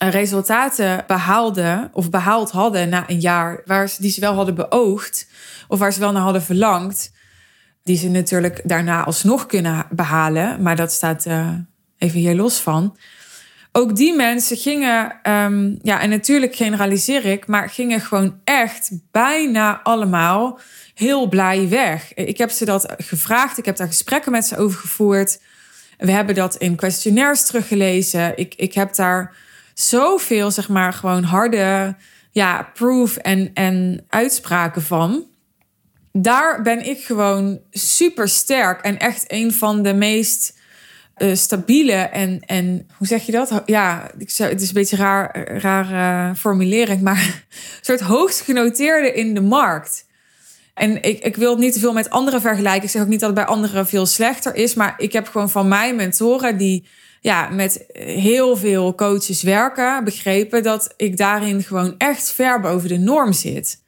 resultaten behaalden of behaald hadden na een jaar, waar ze, die ze wel hadden beoogd of waar ze wel naar hadden verlangd, die ze natuurlijk daarna alsnog kunnen behalen, maar dat staat uh, even hier los van. Ook die mensen gingen, um, ja, en natuurlijk generaliseer ik, maar gingen gewoon echt bijna allemaal heel blij weg. Ik heb ze dat gevraagd, ik heb daar gesprekken met ze over gevoerd. We hebben dat in questionnaires teruggelezen. Ik, ik heb daar zoveel, zeg maar, gewoon harde ja, proof en, en uitspraken van. Daar ben ik gewoon super sterk en echt een van de meest uh, stabiele en, en hoe zeg je dat? Ja, ik zou, het is een beetje raar, rare formulering, maar een soort hoogst genoteerde in de markt. En ik, ik wil het niet te veel met anderen vergelijken. Ik zeg ook niet dat het bij anderen veel slechter is, maar ik heb gewoon van mijn mentoren die ja, met heel veel coaches werken, begrepen dat ik daarin gewoon echt ver boven de norm zit.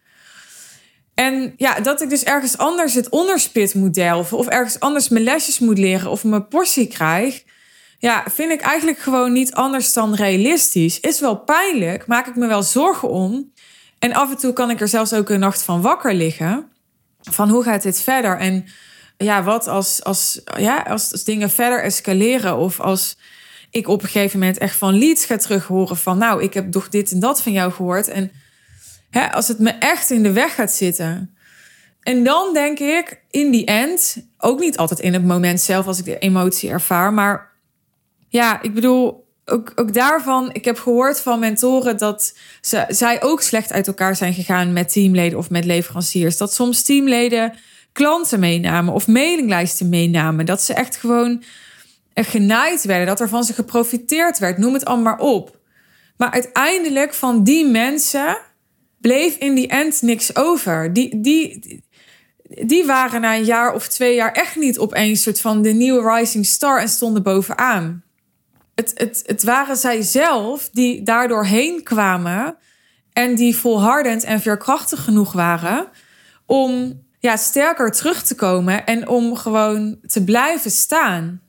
En ja, dat ik dus ergens anders het onderspit moet delven of ergens anders mijn lesjes moet leren of mijn portie krijg, ja, vind ik eigenlijk gewoon niet anders dan realistisch. Is wel pijnlijk, maak ik me wel zorgen om. En af en toe kan ik er zelfs ook een nacht van wakker liggen. Van hoe gaat dit verder? En ja, wat als, als, ja, als, als dingen verder escaleren of als ik op een gegeven moment echt van leads ga terughoren van nou, ik heb toch dit en dat van jou gehoord. En hè, als het me echt in de weg gaat zitten. En dan denk ik, in die end, ook niet altijd in het moment zelf als ik de emotie ervaar, maar ja, ik bedoel, ook, ook daarvan, ik heb gehoord van mentoren dat ze, zij ook slecht uit elkaar zijn gegaan met teamleden of met leveranciers. Dat soms teamleden klanten meenamen of mailinglijsten meenamen. Dat ze echt gewoon genaaid werden, dat er van ze geprofiteerd werd. Noem het allemaal maar op. Maar uiteindelijk van die mensen bleef in die end niks over. Die, die, die waren na een jaar of twee jaar echt niet opeens soort van de nieuwe rising star en stonden bovenaan. Het, het, het waren zij zelf die daardoor heen kwamen en die volhardend en veerkrachtig genoeg waren om ja, sterker terug te komen en om gewoon te blijven staan.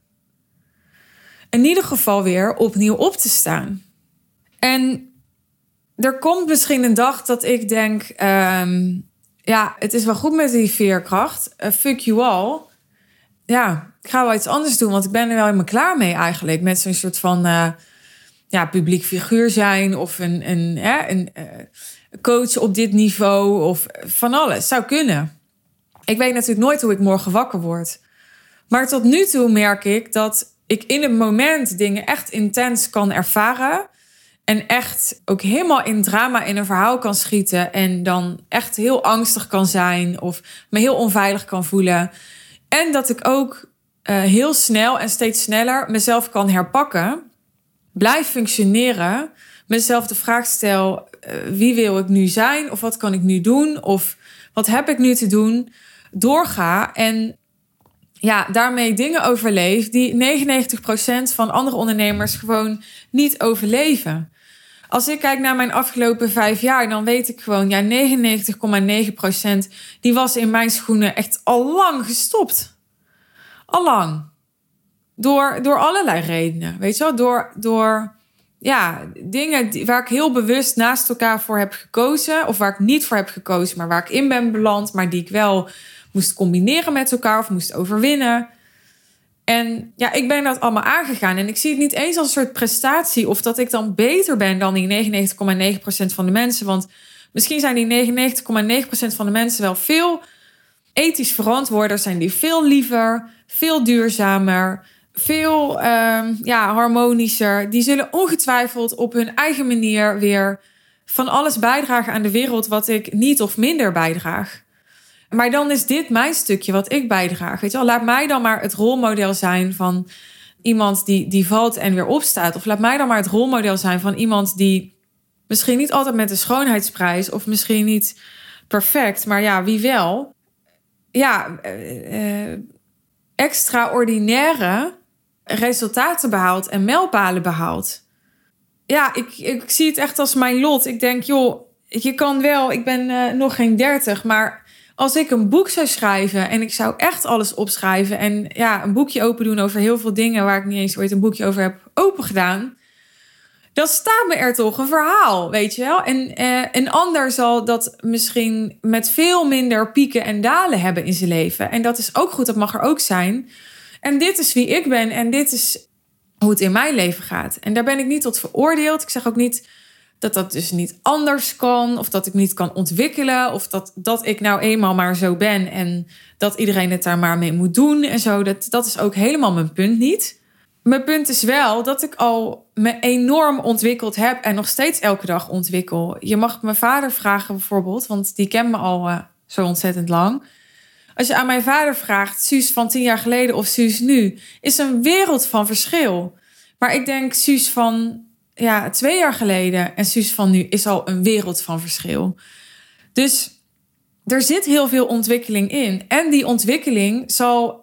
In ieder geval weer opnieuw op te staan. En er komt misschien een dag dat ik denk, um, ja, het is wel goed met die veerkracht. Uh, fuck you all. Ja, ik ga wel iets anders doen, want ik ben er wel helemaal klaar mee eigenlijk. Met zo'n soort van uh, ja, publiek figuur zijn of een, een, ja, een uh, coach op dit niveau of van alles. Zou kunnen. Ik weet natuurlijk nooit hoe ik morgen wakker word. Maar tot nu toe merk ik dat ik in het moment dingen echt intens kan ervaren. En echt ook helemaal in drama in een verhaal kan schieten. En dan echt heel angstig kan zijn of me heel onveilig kan voelen. En dat ik ook uh, heel snel en steeds sneller mezelf kan herpakken. Blijf functioneren. Mezelf de vraag stel, uh, wie wil ik nu zijn? Of wat kan ik nu doen? Of wat heb ik nu te doen? Doorga en ja, daarmee dingen overleef die negenennegentig procent van andere ondernemers gewoon niet overleven. Als ik kijk naar mijn afgelopen vijf jaar, dan weet ik gewoon, ja, negenennegentig komma negen procent die was in mijn schoenen echt al lang gestopt. Al lang. Door, door allerlei redenen, weet je wel? Door, door ja, dingen die, waar ik heel bewust naast elkaar voor heb gekozen, of waar ik niet voor heb gekozen, maar waar ik in ben beland, maar die ik wel moest combineren met elkaar of moest overwinnen. En ja, ik ben dat allemaal aangegaan. En ik zie het niet eens als een soort prestatie of dat ik dan beter ben dan die negenennegentig komma negen procent van de mensen. Want misschien zijn die negenennegentig komma negen procent van de mensen wel veel ethisch verantwoorder. Zijn die veel liever, veel duurzamer, veel uh, ja, harmonischer. Die zullen ongetwijfeld op hun eigen manier weer van alles bijdragen aan de wereld wat ik niet of minder bijdraag. Maar dan is dit mijn stukje wat ik bijdraag. Weet je wel? Laat mij dan maar het rolmodel zijn van iemand die, die valt en weer opstaat. Of laat mij dan maar het rolmodel zijn van iemand die misschien niet altijd met de schoonheidsprijs of misschien niet perfect, maar ja, wie wel, ja, uh, extraordinaire resultaten behaalt en mijlpalen behaalt. Ja, ik, ik zie het echt als mijn lot. Ik denk, joh, je kan wel, ik ben uh, nog geen dertig, maar als ik een boek zou schrijven en ik zou echt alles opschrijven en ja, een boekje open doen over heel veel dingen waar ik niet eens ooit een boekje over heb open gedaan, dan staat me er toch een verhaal, weet je wel. En eh, een ander zal dat misschien met veel minder pieken en dalen hebben in zijn leven. En dat is ook goed, dat mag er ook zijn. En dit is wie ik ben en dit is hoe het in mijn leven gaat. En daar ben ik niet tot veroordeeld. Ik zeg ook niet dat dat dus niet anders kan, of dat ik niet kan ontwikkelen, of dat, dat ik nou eenmaal maar zo ben en dat iedereen het daar maar mee moet doen en zo. Dat, dat is ook helemaal mijn punt niet. Mijn punt is wel dat ik al me enorm ontwikkeld heb en nog steeds elke dag ontwikkel. Je mag mijn vader vragen bijvoorbeeld, want die kent me al uh, zo ontzettend lang. Als je aan mijn vader vraagt, Suus van tien jaar geleden of Suus nu, is een wereld van verschil. Maar ik denk Suus van ja, twee jaar geleden en Suus van nu is al een wereld van verschil. Dus er zit heel veel ontwikkeling in. En die ontwikkeling zal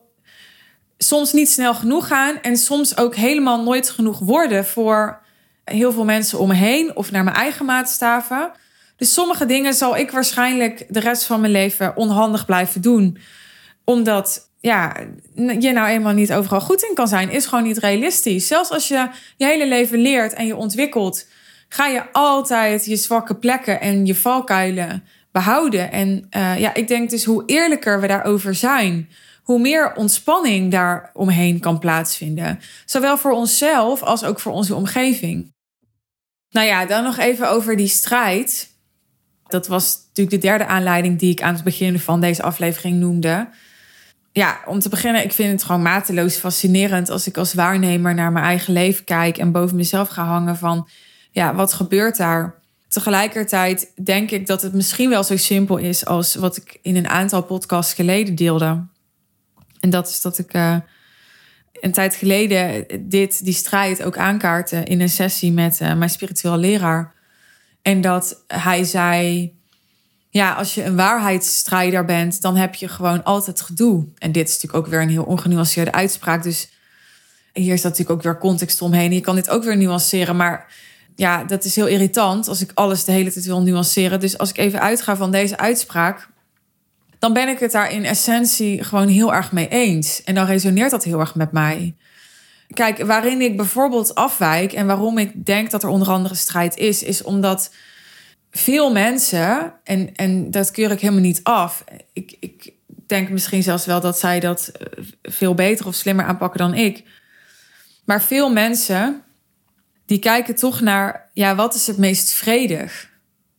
soms niet snel genoeg gaan en soms ook helemaal nooit genoeg worden voor heel veel mensen om me heen of naar mijn eigen maatstaven. Dus sommige dingen zal ik waarschijnlijk de rest van mijn leven onhandig blijven doen. Omdat ja, je nou eenmaal niet overal goed in kan zijn. Is gewoon niet realistisch. Zelfs als je je hele leven leert en je ontwikkelt, ga je altijd je zwakke plekken en je valkuilen behouden. En uh, ja, ik denk dus hoe eerlijker we daarover zijn, hoe meer ontspanning daar omheen kan plaatsvinden. Zowel voor onszelf als ook voor onze omgeving. Nou ja, dan nog even over die strijd. Dat was natuurlijk de derde aanleiding die ik aan het begin van deze aflevering noemde. Ja, om te beginnen, ik vind het gewoon mateloos fascinerend als ik als waarnemer naar mijn eigen leven kijk en boven mezelf ga hangen van, ja, wat gebeurt daar? Tegelijkertijd denk ik dat het misschien wel zo simpel is als wat ik in een aantal podcasts geleden deelde. En dat is dat ik uh, een tijd geleden dit, die strijd ook aankaartte in een sessie met uh, mijn spiritueel leraar. En dat hij zei, ja, als je een waarheidsstrijder bent, dan heb je gewoon altijd gedoe. En dit is natuurlijk ook weer een heel ongenuanceerde uitspraak. Dus hier staat natuurlijk ook weer context omheen. Je kan dit ook weer nuanceren. Maar ja, dat is heel irritant als ik alles de hele tijd wil nuanceren. Dus als ik even uitga van deze uitspraak, dan ben ik het daar in essentie gewoon heel erg mee eens. En dan resoneert dat heel erg met mij. Kijk, waarin ik bijvoorbeeld afwijk en waarom ik denk dat er onder andere strijd is, is omdat veel mensen, en, en dat keur ik helemaal niet af. Ik, ik denk misschien zelfs wel dat zij dat veel beter of slimmer aanpakken dan ik. Maar veel mensen, die kijken toch naar, ja, wat is het meest vredig?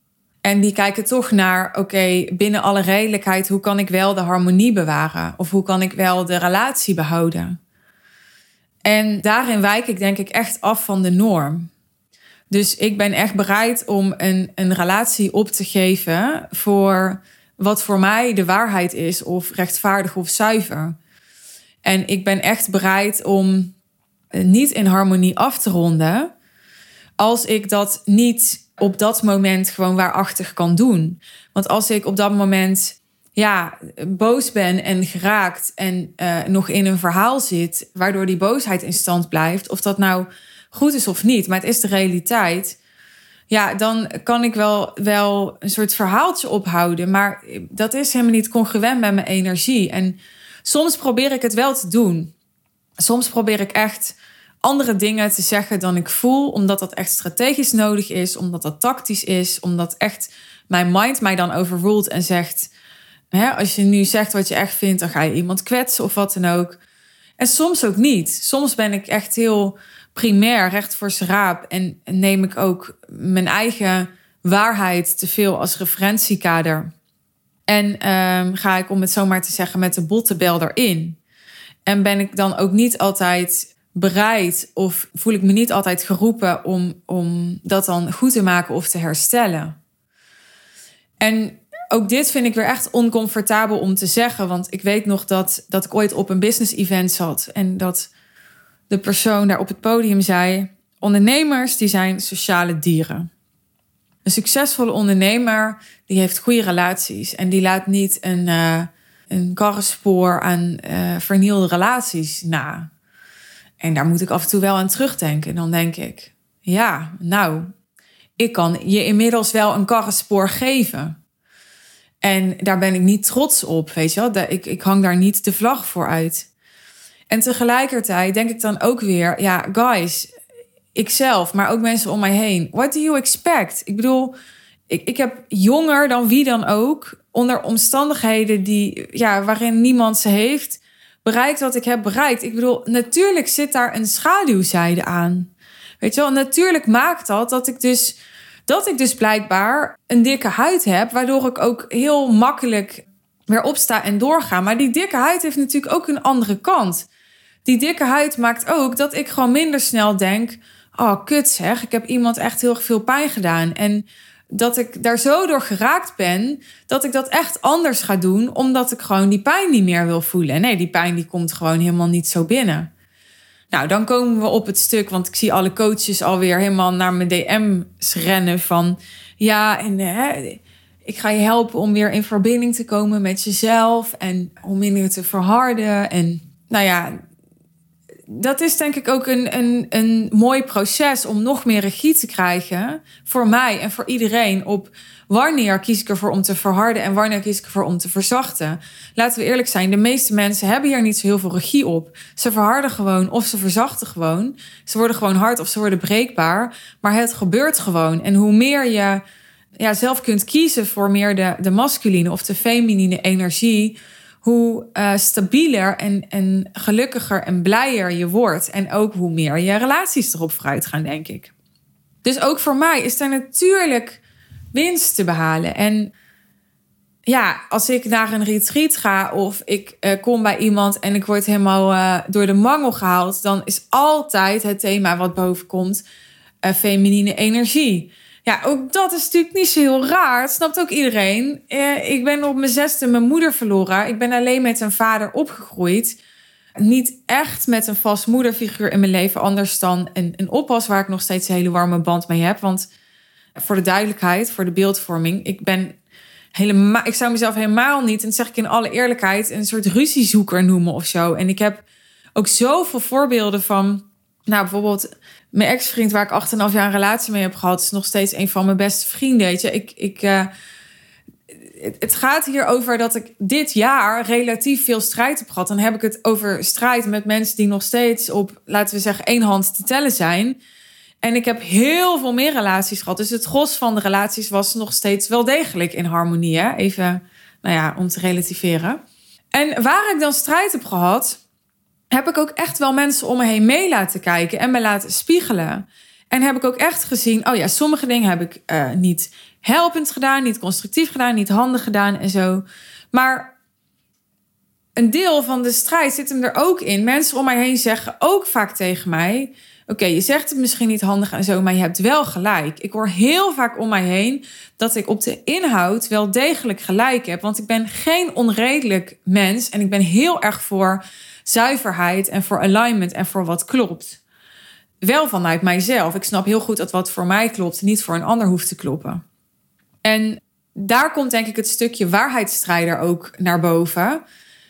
En die kijken toch naar, oké, okay, binnen alle redelijkheid, hoe kan ik wel de harmonie bewaren? Of hoe kan ik wel de relatie behouden? En daarin wijk ik denk ik echt af van de norm. Dus ik ben echt bereid om een, een relatie op te geven voor wat voor mij de waarheid is, of rechtvaardig of zuiver. En ik ben echt bereid om niet in harmonie af te ronden als ik dat niet op dat moment gewoon waarachtig kan doen. Want als ik op dat moment ja, boos ben en geraakt en uh, nog in een verhaal zit, waardoor die boosheid in stand blijft, of dat nou goed is of niet, maar het is de realiteit, ja, dan kan ik wel, wel een soort verhaaltje ophouden, maar dat is helemaal niet congruent met mijn energie. En soms probeer ik het wel te doen. Soms probeer ik echt andere dingen te zeggen dan ik voel, omdat dat echt strategisch nodig is, omdat dat tactisch is, omdat echt mijn mind mij dan overruled en zegt, hè, als je nu zegt wat je echt vindt, dan ga je iemand kwetsen of wat dan ook. En soms ook niet. Soms ben ik echt heel primair, recht voor z'n raap, en neem ik ook mijn eigen waarheid te veel als referentiekader. En um, ga ik, om het zo maar te zeggen, met de bottebel erin. En ben ik dan ook niet altijd bereid of voel ik me niet altijd geroepen om, om dat dan goed te maken of te herstellen. En ook dit vind ik weer echt oncomfortabel om te zeggen, want ik weet nog dat, dat ik ooit op een business event zat en dat de persoon daar op het podium zei, ondernemers die zijn sociale dieren. Een succesvolle ondernemer die heeft goede relaties en die laat niet een, uh, een karrenspoor aan uh, vernielde relaties na. En daar moet ik af en toe wel aan terugdenken. Dan denk ik, ja, nou, ik kan je inmiddels wel een karrenspoor geven. En daar ben ik niet trots op, weet je wel. Ik, ik hang daar niet de vlag voor uit. En tegelijkertijd denk ik dan ook weer, ja, guys, ikzelf, maar ook mensen om mij heen. What do you expect? Ik bedoel, ik, ik heb jonger dan wie dan ook, onder omstandigheden die, ja, waarin niemand ze heeft, bereikt wat ik heb bereikt. Ik bedoel, natuurlijk zit daar een schaduwzijde aan. Weet je wel, natuurlijk maakt dat dat ik dus, dat ik dus blijkbaar een dikke huid heb, waardoor ik ook heel makkelijk weer opsta en doorga. Maar die dikke huid heeft natuurlijk ook een andere kant. Die dikke huid maakt ook dat ik gewoon minder snel denk, oh, kut zeg, ik heb iemand echt heel veel pijn gedaan. En dat ik daar zo door geraakt ben, dat ik dat echt anders ga doen, omdat ik gewoon die pijn niet meer wil voelen. Nee, die pijn die komt gewoon helemaal niet zo binnen. Nou, dan komen we op het stuk, want ik zie alle coaches alweer helemaal naar mijn D M's rennen van, ja, en hè, ik ga je helpen om weer in verbinding te komen met jezelf en om minder te verharden. En nou ja, dat is denk ik ook een, een, een mooi proces om nog meer regie te krijgen voor mij en voor iedereen op wanneer kies ik ervoor om te verharden en wanneer kies ik ervoor om te verzachten. Laten we eerlijk zijn, de meeste mensen hebben hier niet zo heel veel regie op. Ze verharden gewoon of ze verzachten gewoon. Ze worden gewoon hard of ze worden breekbaar. Maar het gebeurt gewoon. En hoe meer je ja, zelf kunt kiezen voor meer de, de masculine of de feminine energie, hoe uh, stabieler en, en gelukkiger en blijer je wordt. En ook hoe meer je relaties erop vooruit gaan, denk ik. Dus ook voor mij is er natuurlijk winst te behalen. En ja, als ik naar een retreat ga of ik uh, kom bij iemand en ik word helemaal uh, door de mangel gehaald, dan is altijd het thema wat boven komt uh, feminine energie. Ja, ook dat is natuurlijk niet zo heel raar. Het snapt ook iedereen. Eh, ik ben op mijn zesde mijn moeder verloren. Ik ben alleen met een vader opgegroeid. Niet echt met een vast moederfiguur in mijn leven. Anders dan een, een oppas waar ik nog steeds een hele warme band mee heb. Want voor de duidelijkheid, voor de beeldvorming. Ik ben helemaal, ik zou mezelf helemaal niet, en dat zeg ik in alle eerlijkheid, een soort ruziezoeker noemen of zo. En ik heb ook zoveel voorbeelden van, nou bijvoorbeeld mijn ex-vriend waar ik acht en een half jaar een relatie mee heb gehad, is nog steeds een van mijn beste vrienden. Weet je, ik, ik, uh, het, het gaat hier over dat ik dit jaar relatief veel strijd heb gehad. Dan heb ik het over strijd met mensen die nog steeds op, laten we zeggen, één hand te tellen zijn. En ik heb heel veel meer relaties gehad. Dus het gros van de relaties was nog steeds wel degelijk in harmonie. Hè? Even, nou ja, om te relativeren. En waar ik dan strijd heb gehad, heb ik ook echt wel mensen om me heen mee laten kijken en me laten spiegelen. En heb ik ook echt gezien, oh ja, sommige dingen heb ik uh, niet helpend gedaan, niet constructief gedaan, niet handig gedaan en zo. Maar een deel van de strijd zit hem er ook in. Mensen om mij heen zeggen ook vaak tegen mij, oké, okay, je zegt het misschien niet handig en zo, maar je hebt wel gelijk. Ik hoor heel vaak om mij heen dat ik op de inhoud wel degelijk gelijk heb. Want ik ben geen onredelijk mens en ik ben heel erg voor zuiverheid en voor alignment en voor wat klopt. Wel vanuit mijzelf. Ik snap heel goed dat wat voor mij klopt niet voor een ander hoeft te kloppen. En daar komt denk ik het stukje waarheidsstrijder ook naar boven.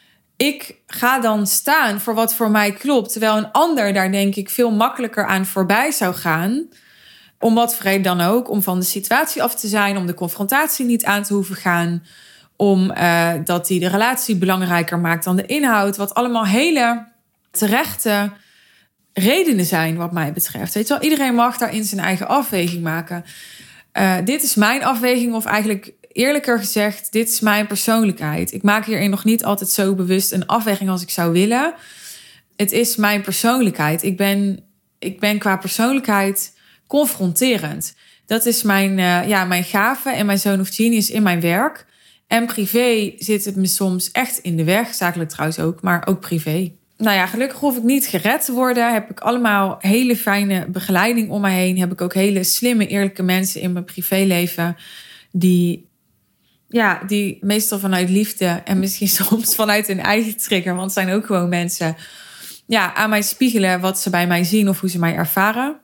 Ik ga dan staan voor wat voor mij klopt, terwijl een ander daar denk ik veel makkelijker aan voorbij zou gaan. Om wat voor reden dan ook, om van de situatie af te zijn, om de confrontatie niet aan te hoeven gaan, om uh, dat hij de relatie belangrijker maakt dan de inhoud, wat allemaal hele terechte redenen zijn wat mij betreft. Weet je wel, iedereen mag daarin zijn eigen afweging maken. Uh, dit is mijn afweging, of eigenlijk eerlijker gezegd, dit is mijn persoonlijkheid. Ik maak hierin nog niet altijd zo bewust een afweging als ik zou willen. Het is mijn persoonlijkheid. Ik ben, ik ben qua persoonlijkheid confronterend. Dat is mijn, uh, ja, mijn gave en mijn zone of genius in mijn werk. En privé zit het me soms echt in de weg. Zakelijk trouwens ook, maar ook privé. Nou ja, gelukkig hoef ik niet gered te worden. Heb ik allemaal hele fijne begeleiding om me heen. Heb ik ook hele slimme, eerlijke mensen in mijn privéleven die, ja, die meestal vanuit liefde en misschien soms vanuit hun eigen trigger, want het zijn ook gewoon mensen, ja, aan mij spiegelen wat ze bij mij zien of hoe ze mij ervaren.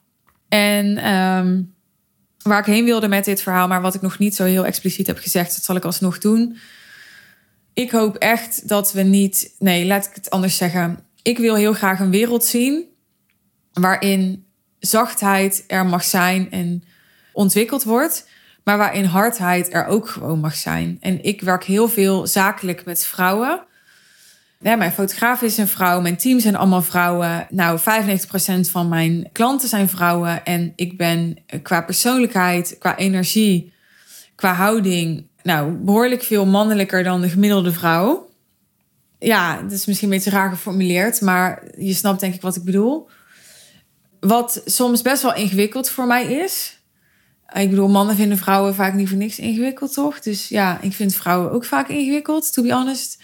En um, waar ik heen wilde met dit verhaal, maar wat ik nog niet zo heel expliciet heb gezegd, dat zal ik alsnog doen. Ik hoop echt dat we niet, nee, laat ik het anders zeggen. Ik wil heel graag een wereld zien waarin zachtheid er mag zijn en ontwikkeld wordt, maar waarin hardheid er ook gewoon mag zijn. En ik werk heel veel zakelijk met vrouwen. Ja, mijn fotograaf is een vrouw, mijn team zijn allemaal vrouwen. Nou, vijfennegentig procent van mijn klanten zijn vrouwen. En ik ben qua persoonlijkheid, qua energie, qua houding, nou, behoorlijk veel mannelijker dan de gemiddelde vrouw. Ja, dat is misschien een beetje raar geformuleerd, maar je snapt denk ik wat ik bedoel. Wat soms best wel ingewikkeld voor mij is. Ik bedoel, mannen vinden vrouwen vaak niet voor niks ingewikkeld, toch? Dus ja, ik vind vrouwen ook vaak ingewikkeld, to be honest.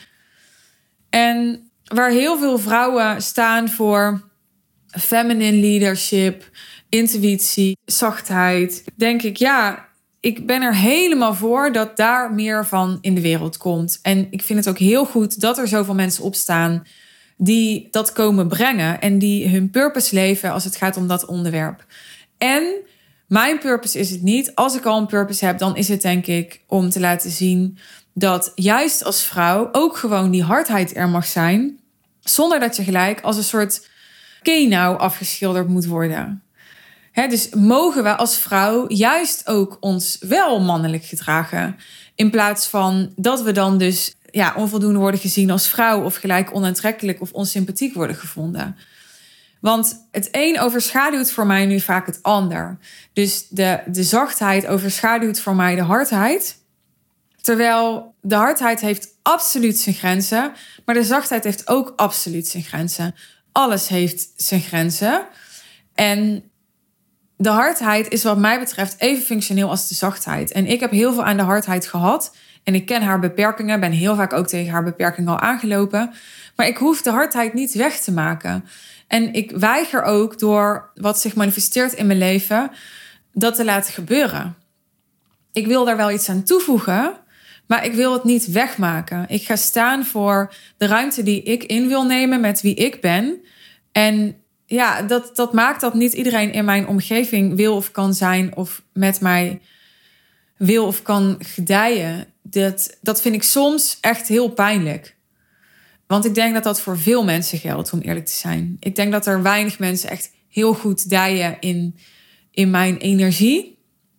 En waar heel veel vrouwen staan voor feminine leadership, intuïtie, zachtheid, denk ik, ja, ik ben er helemaal voor dat daar meer van in de wereld komt. En ik vind het ook heel goed dat er zoveel mensen opstaan die dat komen brengen en die hun purpose leven als het gaat om dat onderwerp. En mijn purpose is het niet. Als ik al een purpose heb, dan is het denk ik om te laten zien dat juist als vrouw ook gewoon die hardheid er mag zijn, zonder dat je gelijk als een soort kenau afgeschilderd moet worden. He, dus mogen we als vrouw juist ook ons wel mannelijk gedragen, in plaats van dat we dan dus ja, onvoldoende worden gezien als vrouw of gelijk onaantrekkelijk of onsympathiek worden gevonden. Want het een overschaduwt voor mij nu vaak het ander. Dus de, de zachtheid overschaduwt voor mij de hardheid. Terwijl de hardheid heeft absoluut zijn grenzen, maar de zachtheid heeft ook absoluut zijn grenzen. Alles heeft zijn grenzen. En de hardheid is wat mij betreft even functioneel als de zachtheid. En ik heb heel veel aan de hardheid gehad. En ik ken haar beperkingen, ben heel vaak ook tegen haar beperkingen al aangelopen. Maar ik hoef de hardheid niet weg te maken. En ik weiger ook door wat zich manifesteert in mijn leven dat te laten gebeuren. Ik wil daar wel iets aan toevoegen, maar ik wil het niet wegmaken. Ik ga staan voor de ruimte die ik in wil nemen met wie ik ben. En ja, dat, dat maakt dat niet iedereen in mijn omgeving wil of kan zijn of met mij wil of kan gedijen. Dat, dat vind ik soms echt heel pijnlijk. Want ik denk dat dat voor veel mensen geldt, om eerlijk te zijn. Ik denk dat er weinig mensen echt heel goed dijen in, in mijn energie.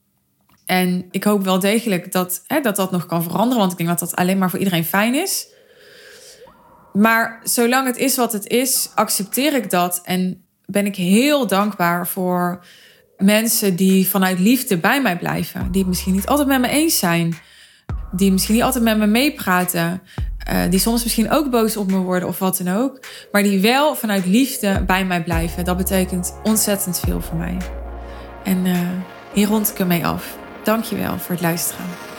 En ik hoop wel degelijk dat, hè, dat dat nog kan veranderen. Want ik denk dat dat alleen maar voor iedereen fijn is. Maar zolang het is wat het is, accepteer ik dat. En ben ik heel dankbaar voor mensen die vanuit liefde bij mij blijven. Die het misschien niet altijd met me eens zijn. Die misschien niet altijd met me meepraten. Uh, die soms misschien ook boos op me worden of wat dan ook. Maar die wel vanuit liefde bij mij blijven. Dat betekent ontzettend veel voor mij. En uh, hier rond ik ermee af. Dank je wel voor het luisteren.